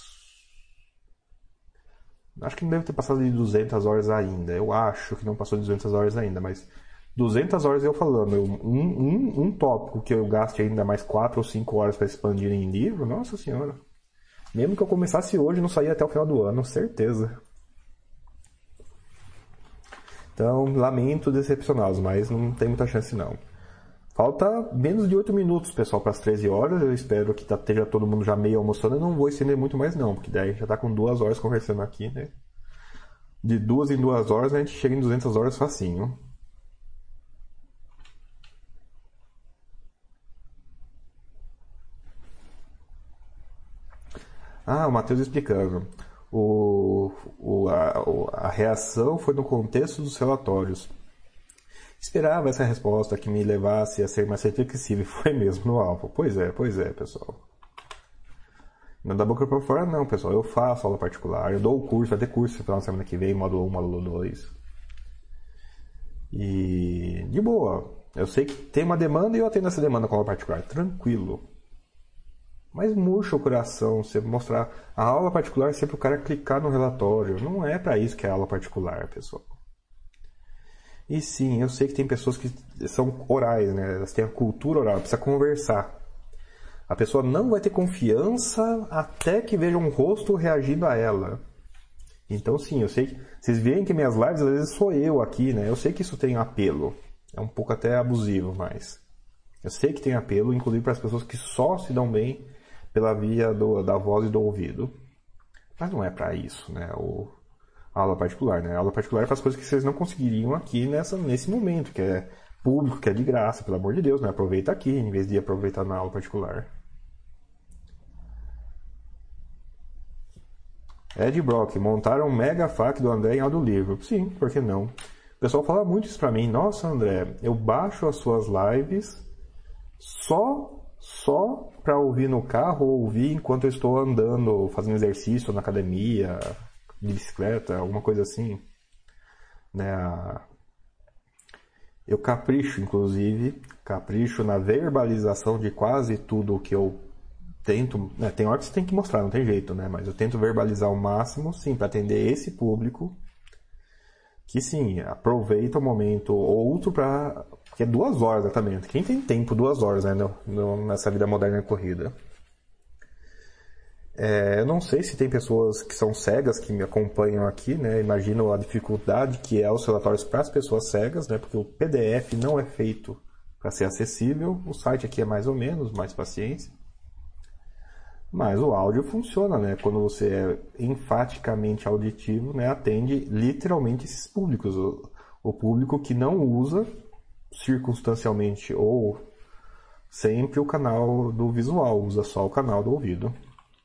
Acho que não deve ter passado de duzentas horas ainda, eu acho que não passou de duzentas horas ainda, mas duzentas horas eu falando, eu, um, um, um tópico que eu gaste ainda mais quatro ou cinco horas para expandir em livro, nossa senhora, mesmo que eu começasse hoje, não saía até o final do ano, certeza. Então, lamento decepcioná-los, mas não tem muita chance não. Falta menos de oito minutos, pessoal, para as treze horas. Eu espero que esteja todo mundo já meio almoçando. Eu não vou estender muito mais não, porque daí já está com duas horas conversando aqui, né? De duas em duas horas a gente chega em duzentas horas facinho. Ah, o Matheus explicando. O, o, a, o- a reação foi no contexto dos relatórios. Esperava essa resposta que me levasse a ser mais reflexivo e foi mesmo no alvo. Pois é, pois é, pessoal. Não da boca pra fora não, pessoal. Eu faço aula particular, eu dou o curso, vai ter curso no final da semana que vem, módulo um, módulo dois. E de boa. Eu sei que tem uma demanda e eu atendo essa demanda com aula particular. Tranquilo. Mas murcha o coração você mostrar a aula particular é sempre o cara clicar no relatório. Não é pra isso que é aula particular, pessoal. E sim, eu sei que tem pessoas que são orais, né? Elas têm a cultura oral, precisa conversar. A pessoa não vai ter confiança até que veja um rosto reagindo a ela. Então sim, eu sei que vocês veem que minhas lives às vezes sou eu aqui, né? Eu sei que isso tem apelo. É um pouco até abusivo, mas eu sei que tem apelo, inclusive para as pessoas que só se dão bem pela via do, da voz e do ouvido. Mas não é para isso, né? O, a aula particular, né? A aula particular faz coisas que vocês não conseguiriam aqui nessa, nesse momento, que é público, que é de graça, pelo amor de Deus, né? Aproveita aqui, em vez de aproveitar na aula particular. Ed Brock, montaram um mega fac do André em audiolivro. Sim, por que não? O pessoal fala muito isso pra mim. Nossa, André, eu baixo as suas lives só só pra ouvir no carro ou ouvir enquanto eu estou andando, fazendo exercício na academia, de bicicleta, alguma coisa assim. Né? Eu capricho, inclusive, capricho na verbalização de quase tudo o que eu tento, né, tem hora que você tem que mostrar, não tem jeito, né? Mas eu tento verbalizar o máximo, sim, para atender esse público que, sim, aproveita o momento ou outro para... Porque é duas horas exatamente. Quem tem tempo, duas horas, né, no, no, nessa vida moderna de corrida? É, eu não sei se tem pessoas que são cegas que me acompanham aqui, né? Imagino a dificuldade que é os relatórios para as pessoas cegas, né? Porque o P D F não é feito para ser acessível. O site aqui é mais ou menos, mais paciência. Mas o áudio funciona, né? Quando você é enfaticamente auditivo, né? Atende literalmente esses públicos. O, o público que não usa circunstancialmente ou sempre o canal do visual, usa só o canal do ouvido.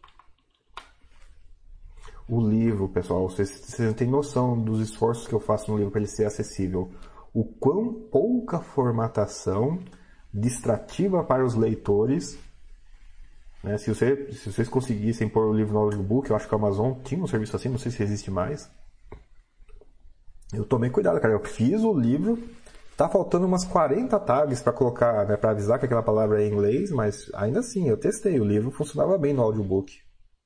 O livro, pessoal, vocês, vocês não têm noção dos esforços que eu faço no livro para ele ser acessível. O quão pouca formatação distrativa para os leitores. Né? Se, você, se vocês conseguissem pôr o livro no audiobook, eu acho que a Amazon tinha um serviço assim, não sei se existe mais. Eu tomei cuidado, cara. Eu fiz o livro, tá faltando umas quarenta tags para colocar, né, para avisar que aquela palavra é em inglês, mas ainda assim, eu testei. O livro funcionava bem no audiobook.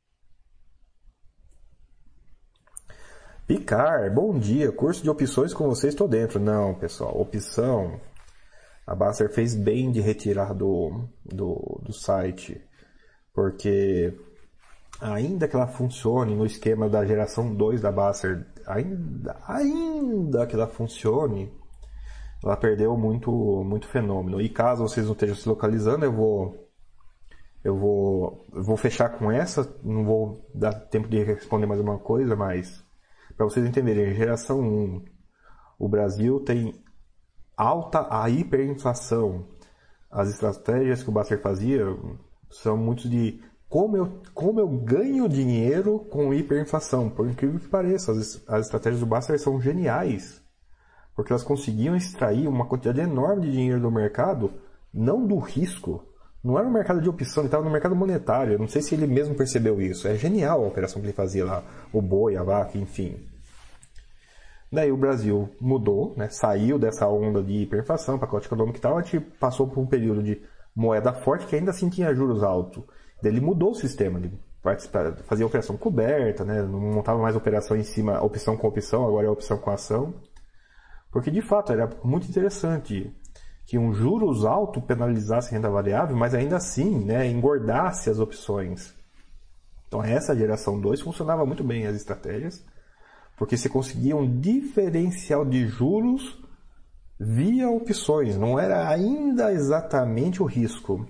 Picar, bom dia, curso de opções com você, estou dentro. Não, pessoal, opção. A Baster fez bem de retirar do, do, do site, porque ainda que ela funcione no esquema da geração dois da Baster, ainda, ainda que ela funcione, ela perdeu muito, muito fenômeno. E caso vocês não estejam se localizando, eu vou, eu vou, eu vou fechar com essa, não vou dar tempo de responder mais uma coisa, mas para vocês entenderem, geração um, o Brasil tem alta a hiperinflação. As estratégias que o Baster fazia são muito de como eu, como eu ganho dinheiro com hiperinflação. Por incrível que pareça, as, as estratégias do Baster são geniais. Porque elas conseguiam extrair uma quantidade enorme de dinheiro do mercado, não do risco. Não era um mercado de opção, ele estava no mercado monetário. Eu não sei se ele mesmo percebeu isso. É genial a operação que ele fazia lá. O boi, a vaca, enfim. Daí o Brasil mudou, né? Saiu dessa onda de hiperinflação, pacote econômico e tal, a gente passou por um período de moeda forte que ainda assim tinha juros altos. Daí ele mudou o sistema, ele fazia operação coberta, né? Não montava mais operação em cima, opção com opção, agora é opção com ação. Porque de fato era muito interessante que um juros alto penalizasse renda variável, mas ainda assim, né, engordasse as opções. Então essa geração dois funcionava muito bem as estratégias, porque você conseguia um diferencial de juros via opções, não era ainda exatamente o risco.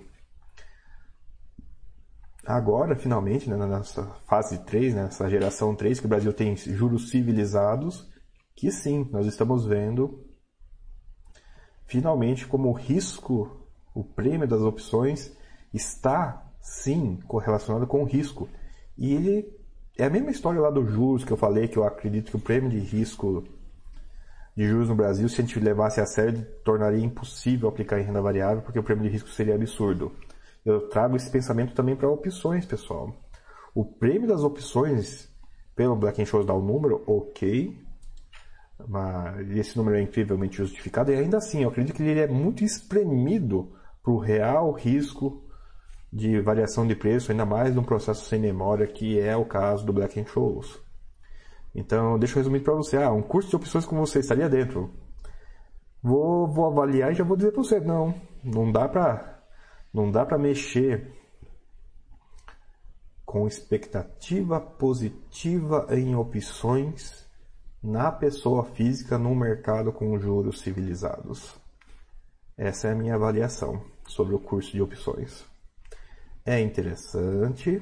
Agora, finalmente, né, nessa fase três, né, nessa geração três, que o Brasil tem juros civilizados, que sim, nós estamos vendo finalmente como o risco, o prêmio das opções está sim correlacionado com o risco. E ele é a mesma história lá dos juros que eu falei, que eu acredito que o prêmio de risco de juros no Brasil, se a gente levasse a sério, tornaria impossível aplicar em renda variável, porque o prêmio de risco seria absurdo. Eu trago esse pensamento também para opções, pessoal. O prêmio das opções, pelo Black-Scholes dá o número, ok, mas esse número é incrivelmente justificado, e ainda assim, eu acredito que ele é muito espremido para o real risco de variação de preço, ainda mais num processo sem memória, que é o caso do Black-Scholes. Então, deixa eu resumir para você. Ah, um curso de opções com você estaria dentro. Vou, vou avaliar e já vou dizer para você. Não, não dá para não dá para mexer com expectativa positiva em opções na pessoa física no mercado com juros civilizados. Essa é a minha avaliação sobre o curso de opções. É interessante,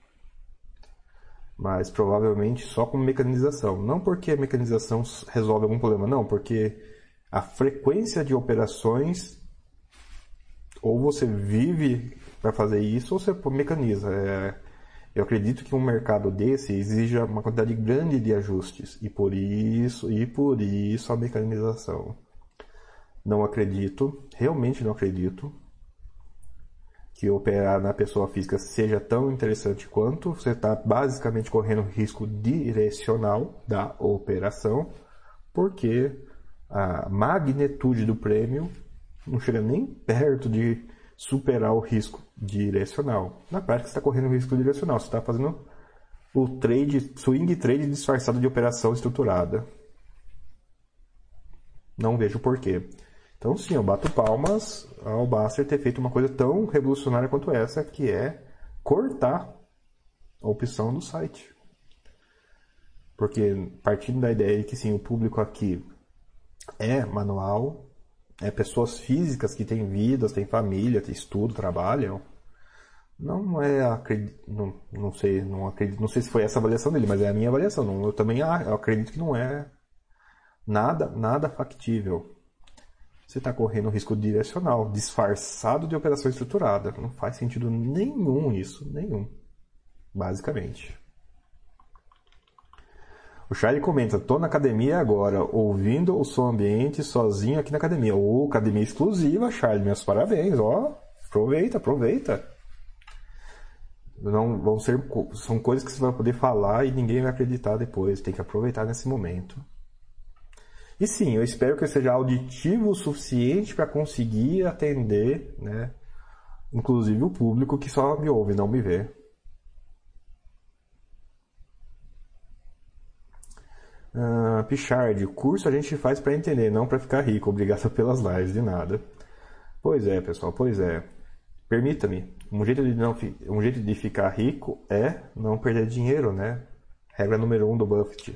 mas provavelmente só com mecanização. Não porque a mecanização resolve algum problema, não, porque a frequência de operações, ou você vive para fazer isso, ou você mecaniza. É, eu acredito que um mercado desse exija uma quantidade grande de ajustes, e por isso, e por isso a mecanização. Não acredito, realmente não acredito, que operar na pessoa física seja tão interessante quanto. Você está basicamente correndo risco direcional da operação, porque a magnitude do prêmio não chega nem perto de superar o risco direcional. Na prática, você está correndo risco direcional, você está fazendo o trade, swing trade disfarçado de operação estruturada. Não vejo porquê. Então, sim, eu bato palmas ao Baster ter feito uma coisa tão revolucionária quanto essa, que é cortar a opção do site. Porque, partindo da ideia de que, sim, o público aqui é manual, é pessoas físicas que têm vidas, têm família, têm estudo, trabalham, não é, não, não sei, não acredito, não sei se foi essa a avaliação dele, mas é a minha avaliação. Não, eu também eu acredito que não é nada, nada factível. Você está correndo risco direcional, disfarçado de operação estruturada. Não faz sentido nenhum isso, nenhum. Basicamente. O Charlie comenta, tô na academia agora, ouvindo o som ambiente sozinho aqui na academia. Ô, oh, academia exclusiva, Charlie, meus parabéns, ó. Aproveita, aproveita. Não, vão ser, são coisas que você vai poder falar e ninguém vai acreditar depois. Tem que aproveitar nesse momento. E sim, eu espero que eu seja auditivo o suficiente para conseguir atender, né, inclusive o público que só me ouve, não me vê. Uh, Pichard, o curso a gente faz para entender, não para ficar rico. Obrigado pelas lives, de nada. Pois é, pessoal, pois é. Permita-me, um jeito de não, um jeito de ficar rico é não perder dinheiro, né? Regra número um do Buffett.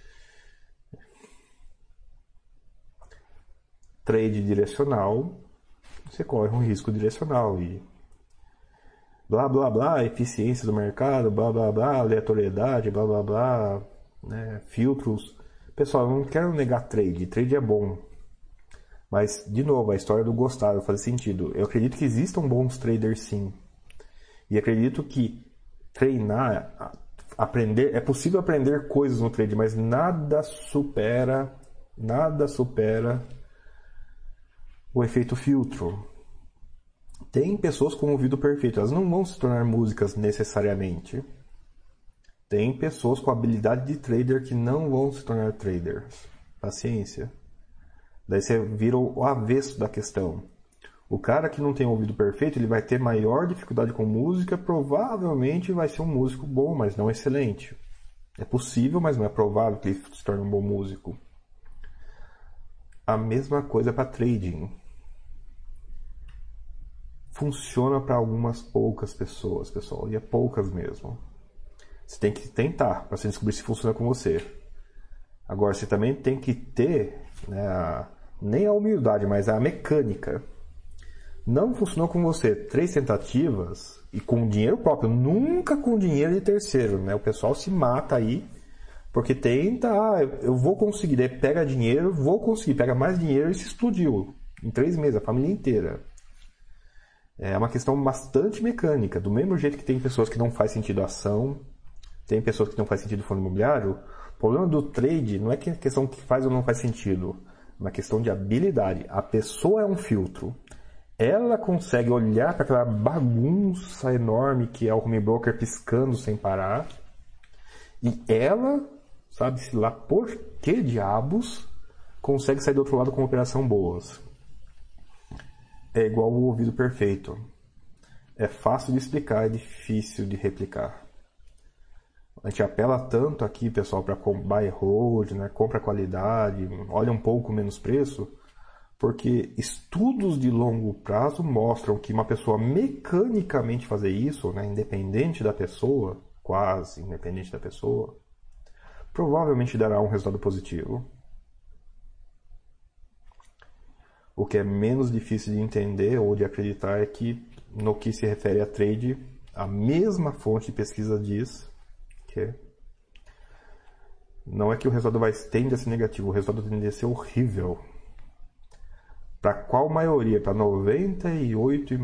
Trade direcional, você corre um risco direcional e blá blá blá, eficiência do mercado, blá blá blá, aleatoriedade, blá blá blá, né, filtros. Pessoal, eu não quero negar trade, trade é bom, mas de novo, a história do gostar faz sentido. Eu acredito que existam bons traders sim, e acredito que treinar, aprender, é possível aprender coisas no trade, mas nada supera, nada supera o efeito filtro. Tem pessoas com ouvido perfeito, elas não vão se tornar músicas necessariamente. Tem pessoas com habilidade de trader que não vão se tornar traders. Paciência. Daí você vira o avesso da questão. O cara que não tem ouvido perfeito, ele vai ter maior dificuldade com música, provavelmente vai ser um músico bom, mas não excelente. É possível, mas não é provável que ele se torne um bom músico. A mesma coisa para trading. Funciona para algumas poucas pessoas, pessoal, e é poucas mesmo. Você tem que tentar para você descobrir se funciona com você. Agora, você também tem que ter, né, a, nem a humildade, mas a mecânica. Não funcionou com você três tentativas e com dinheiro próprio, nunca com dinheiro de terceiro, né? O pessoal se mata aí porque tenta, ah, eu vou conseguir, daí pega dinheiro, vou conseguir, pega mais dinheiro e se explodiu em três meses, a família inteira. É uma questão bastante mecânica, do mesmo jeito que tem pessoas que não faz sentido a ação, tem pessoas que não faz sentido fundo imobiliário. O problema do trade não é que a questão que faz ou não faz sentido, é uma questão de habilidade. A pessoa é um filtro. Ela consegue olhar para aquela bagunça enorme que é o home broker piscando sem parar. E ela, sabe-se lá por que diabos, consegue sair do outro lado com uma operação boas. É igual o ouvido perfeito. É fácil de explicar, é difícil de replicar. A gente apela tanto aqui, pessoal, para buy and hold, né? Compra qualidade, olha um pouco menos preço, porque estudos de longo prazo mostram que uma pessoa mecanicamente fazer isso, né, independente da pessoa, quase independente da pessoa, provavelmente dará um resultado positivo. O que é menos difícil de entender ou de acreditar é que, no que se refere a trade, a mesma fonte de pesquisa diz que não é que o resultado vai tende a ser negativo, o resultado tende a ser horrível. Para qual maioria? Para noventa e oito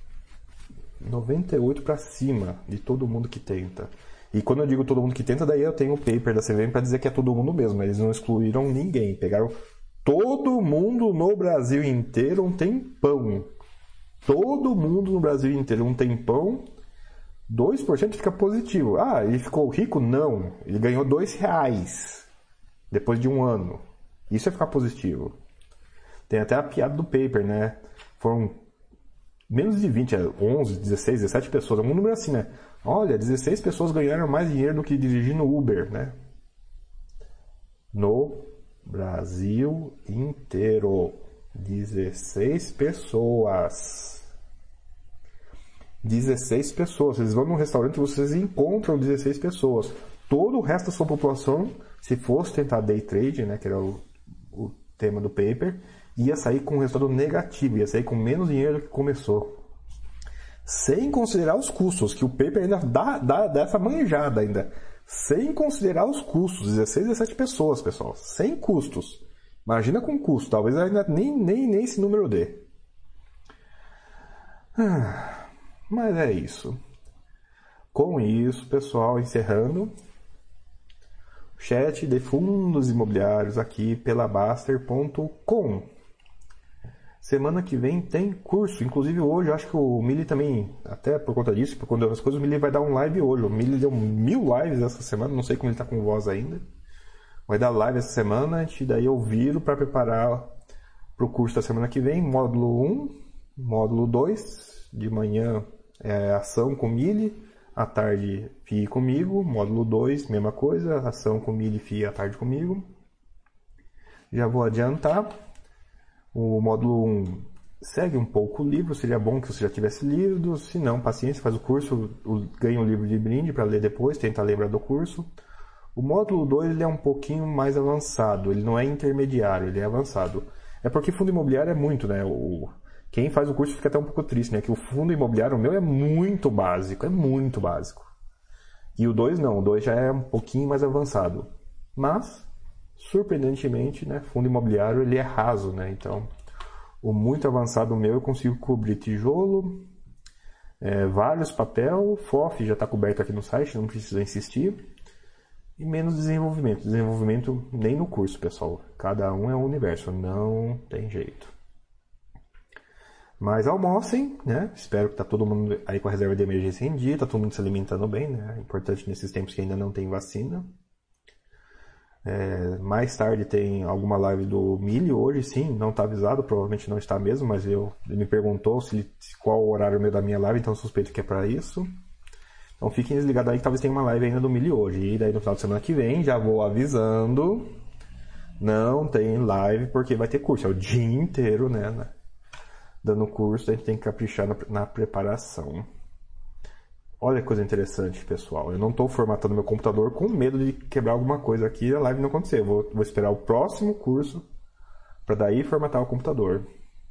para cima de todo mundo que tenta. E quando eu digo todo mundo que tenta, daí eu tenho o paper da C V M para dizer que é todo mundo mesmo. Eles não excluíram ninguém. Pegaram todo mundo no Brasil inteiro um tempão. Todo mundo no Brasil inteiro um tempão. dois por cento fica positivo. Ah, ele ficou rico? Não. Ele ganhou dois reais depois de um ano. Isso é ficar positivo. Tem até a piada do paper, né? Foram menos de vinte, onze, dezesseis, dezessete pessoas. É um número assim, né? Olha, dezesseis pessoas ganharam mais dinheiro do que dirigindo Uber, né? No Brasil inteiro. dezesseis pessoas. dezesseis pessoas. Vocês vão num restaurante e vocês encontram dezesseis pessoas. Todo o resto da sua população, se fosse tentar day trade, né, que era o, o tema do paper, ia sair com um resultado negativo, ia sair com menos dinheiro do que começou. Sem considerar os custos, que o paper ainda dá, dá, dá essa manjada ainda. Sem considerar os custos, dezesseis, dezessete pessoas, pessoal. Sem custos. Imagina com custo, talvez ainda nem, nem, nem esse número dê. Ah, mas é isso. Com isso, pessoal, encerrando chat de fundos imobiliários aqui pela Baster ponto com. Semana que vem tem curso. Inclusive hoje, eu acho que o Mili também, até por conta disso, por conta das coisas, o Mili vai dar um live hoje. O Mili deu mil lives essa semana, não sei como ele está com voz ainda. Vai dar live essa semana, e daí eu viro para preparar para o curso da semana que vem. Módulo um, módulo dois, de manhã é ação com Mili, à tarde F I I comigo. Módulo dois, mesma coisa, ação com Mili, F I I à tarde comigo. Já vou adiantar. O módulo um segue um pouco o livro, seria bom que você já tivesse lido, se não, paciência, faz o curso, ganha um livro de brinde para ler depois, tenta lembrar do curso. O módulo dois ele é um pouquinho mais avançado, ele não é intermediário, ele é avançado. É porque fundo imobiliário é muito, né? O, quem faz o curso fica até um pouco triste, né? Que o fundo imobiliário, o meu, é muito básico, é muito básico. E o dois não, o dois já é um pouquinho mais avançado. Mas, surpreendentemente, né, fundo imobiliário ele é raso, né? Então, o muito avançado meu eu consigo cobrir tijolo, é, vários papel, F O F já está coberto aqui no site, não precisa insistir, e menos desenvolvimento. Desenvolvimento nem no curso, pessoal. Cada um é um universo, não tem jeito. Mas almocem, né? Espero que tá todo mundo aí com a reserva de emergência em dia, tá todo mundo se alimentando bem, né? É importante nesses tempos que ainda não tem vacina. É, mais tarde tem alguma live do Mili hoje, sim, não está avisado, provavelmente não está mesmo, mas eu, ele me perguntou se, qual o horário meu da minha live, então suspeito que é para isso. Então fiquem desligados aí que talvez tenha uma live ainda do Mili hoje. E daí no final de semana que vem, já vou avisando, não tem live porque vai ter curso, é o dia inteiro, né? né? Dando curso, a gente tem que caprichar na, na preparação. Olha que coisa interessante, pessoal. Eu não estou formatando meu computador com medo de quebrar alguma coisa aqui e a live não acontecer. Eu vou, vou esperar o próximo curso para daí formatar o computador.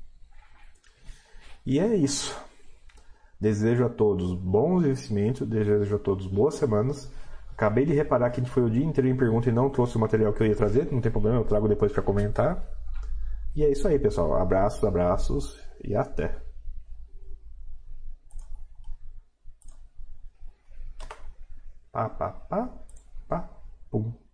E é isso. Desejo a todos bons investimentos, desejo a todos boas semanas. Acabei de reparar que a gente foi o dia inteiro em pergunta e não trouxe o material que eu ia trazer. Não tem problema, eu trago depois para comentar. E é isso aí, pessoal. Abraços, abraços e até. Pá, pá, pá, pá, pum.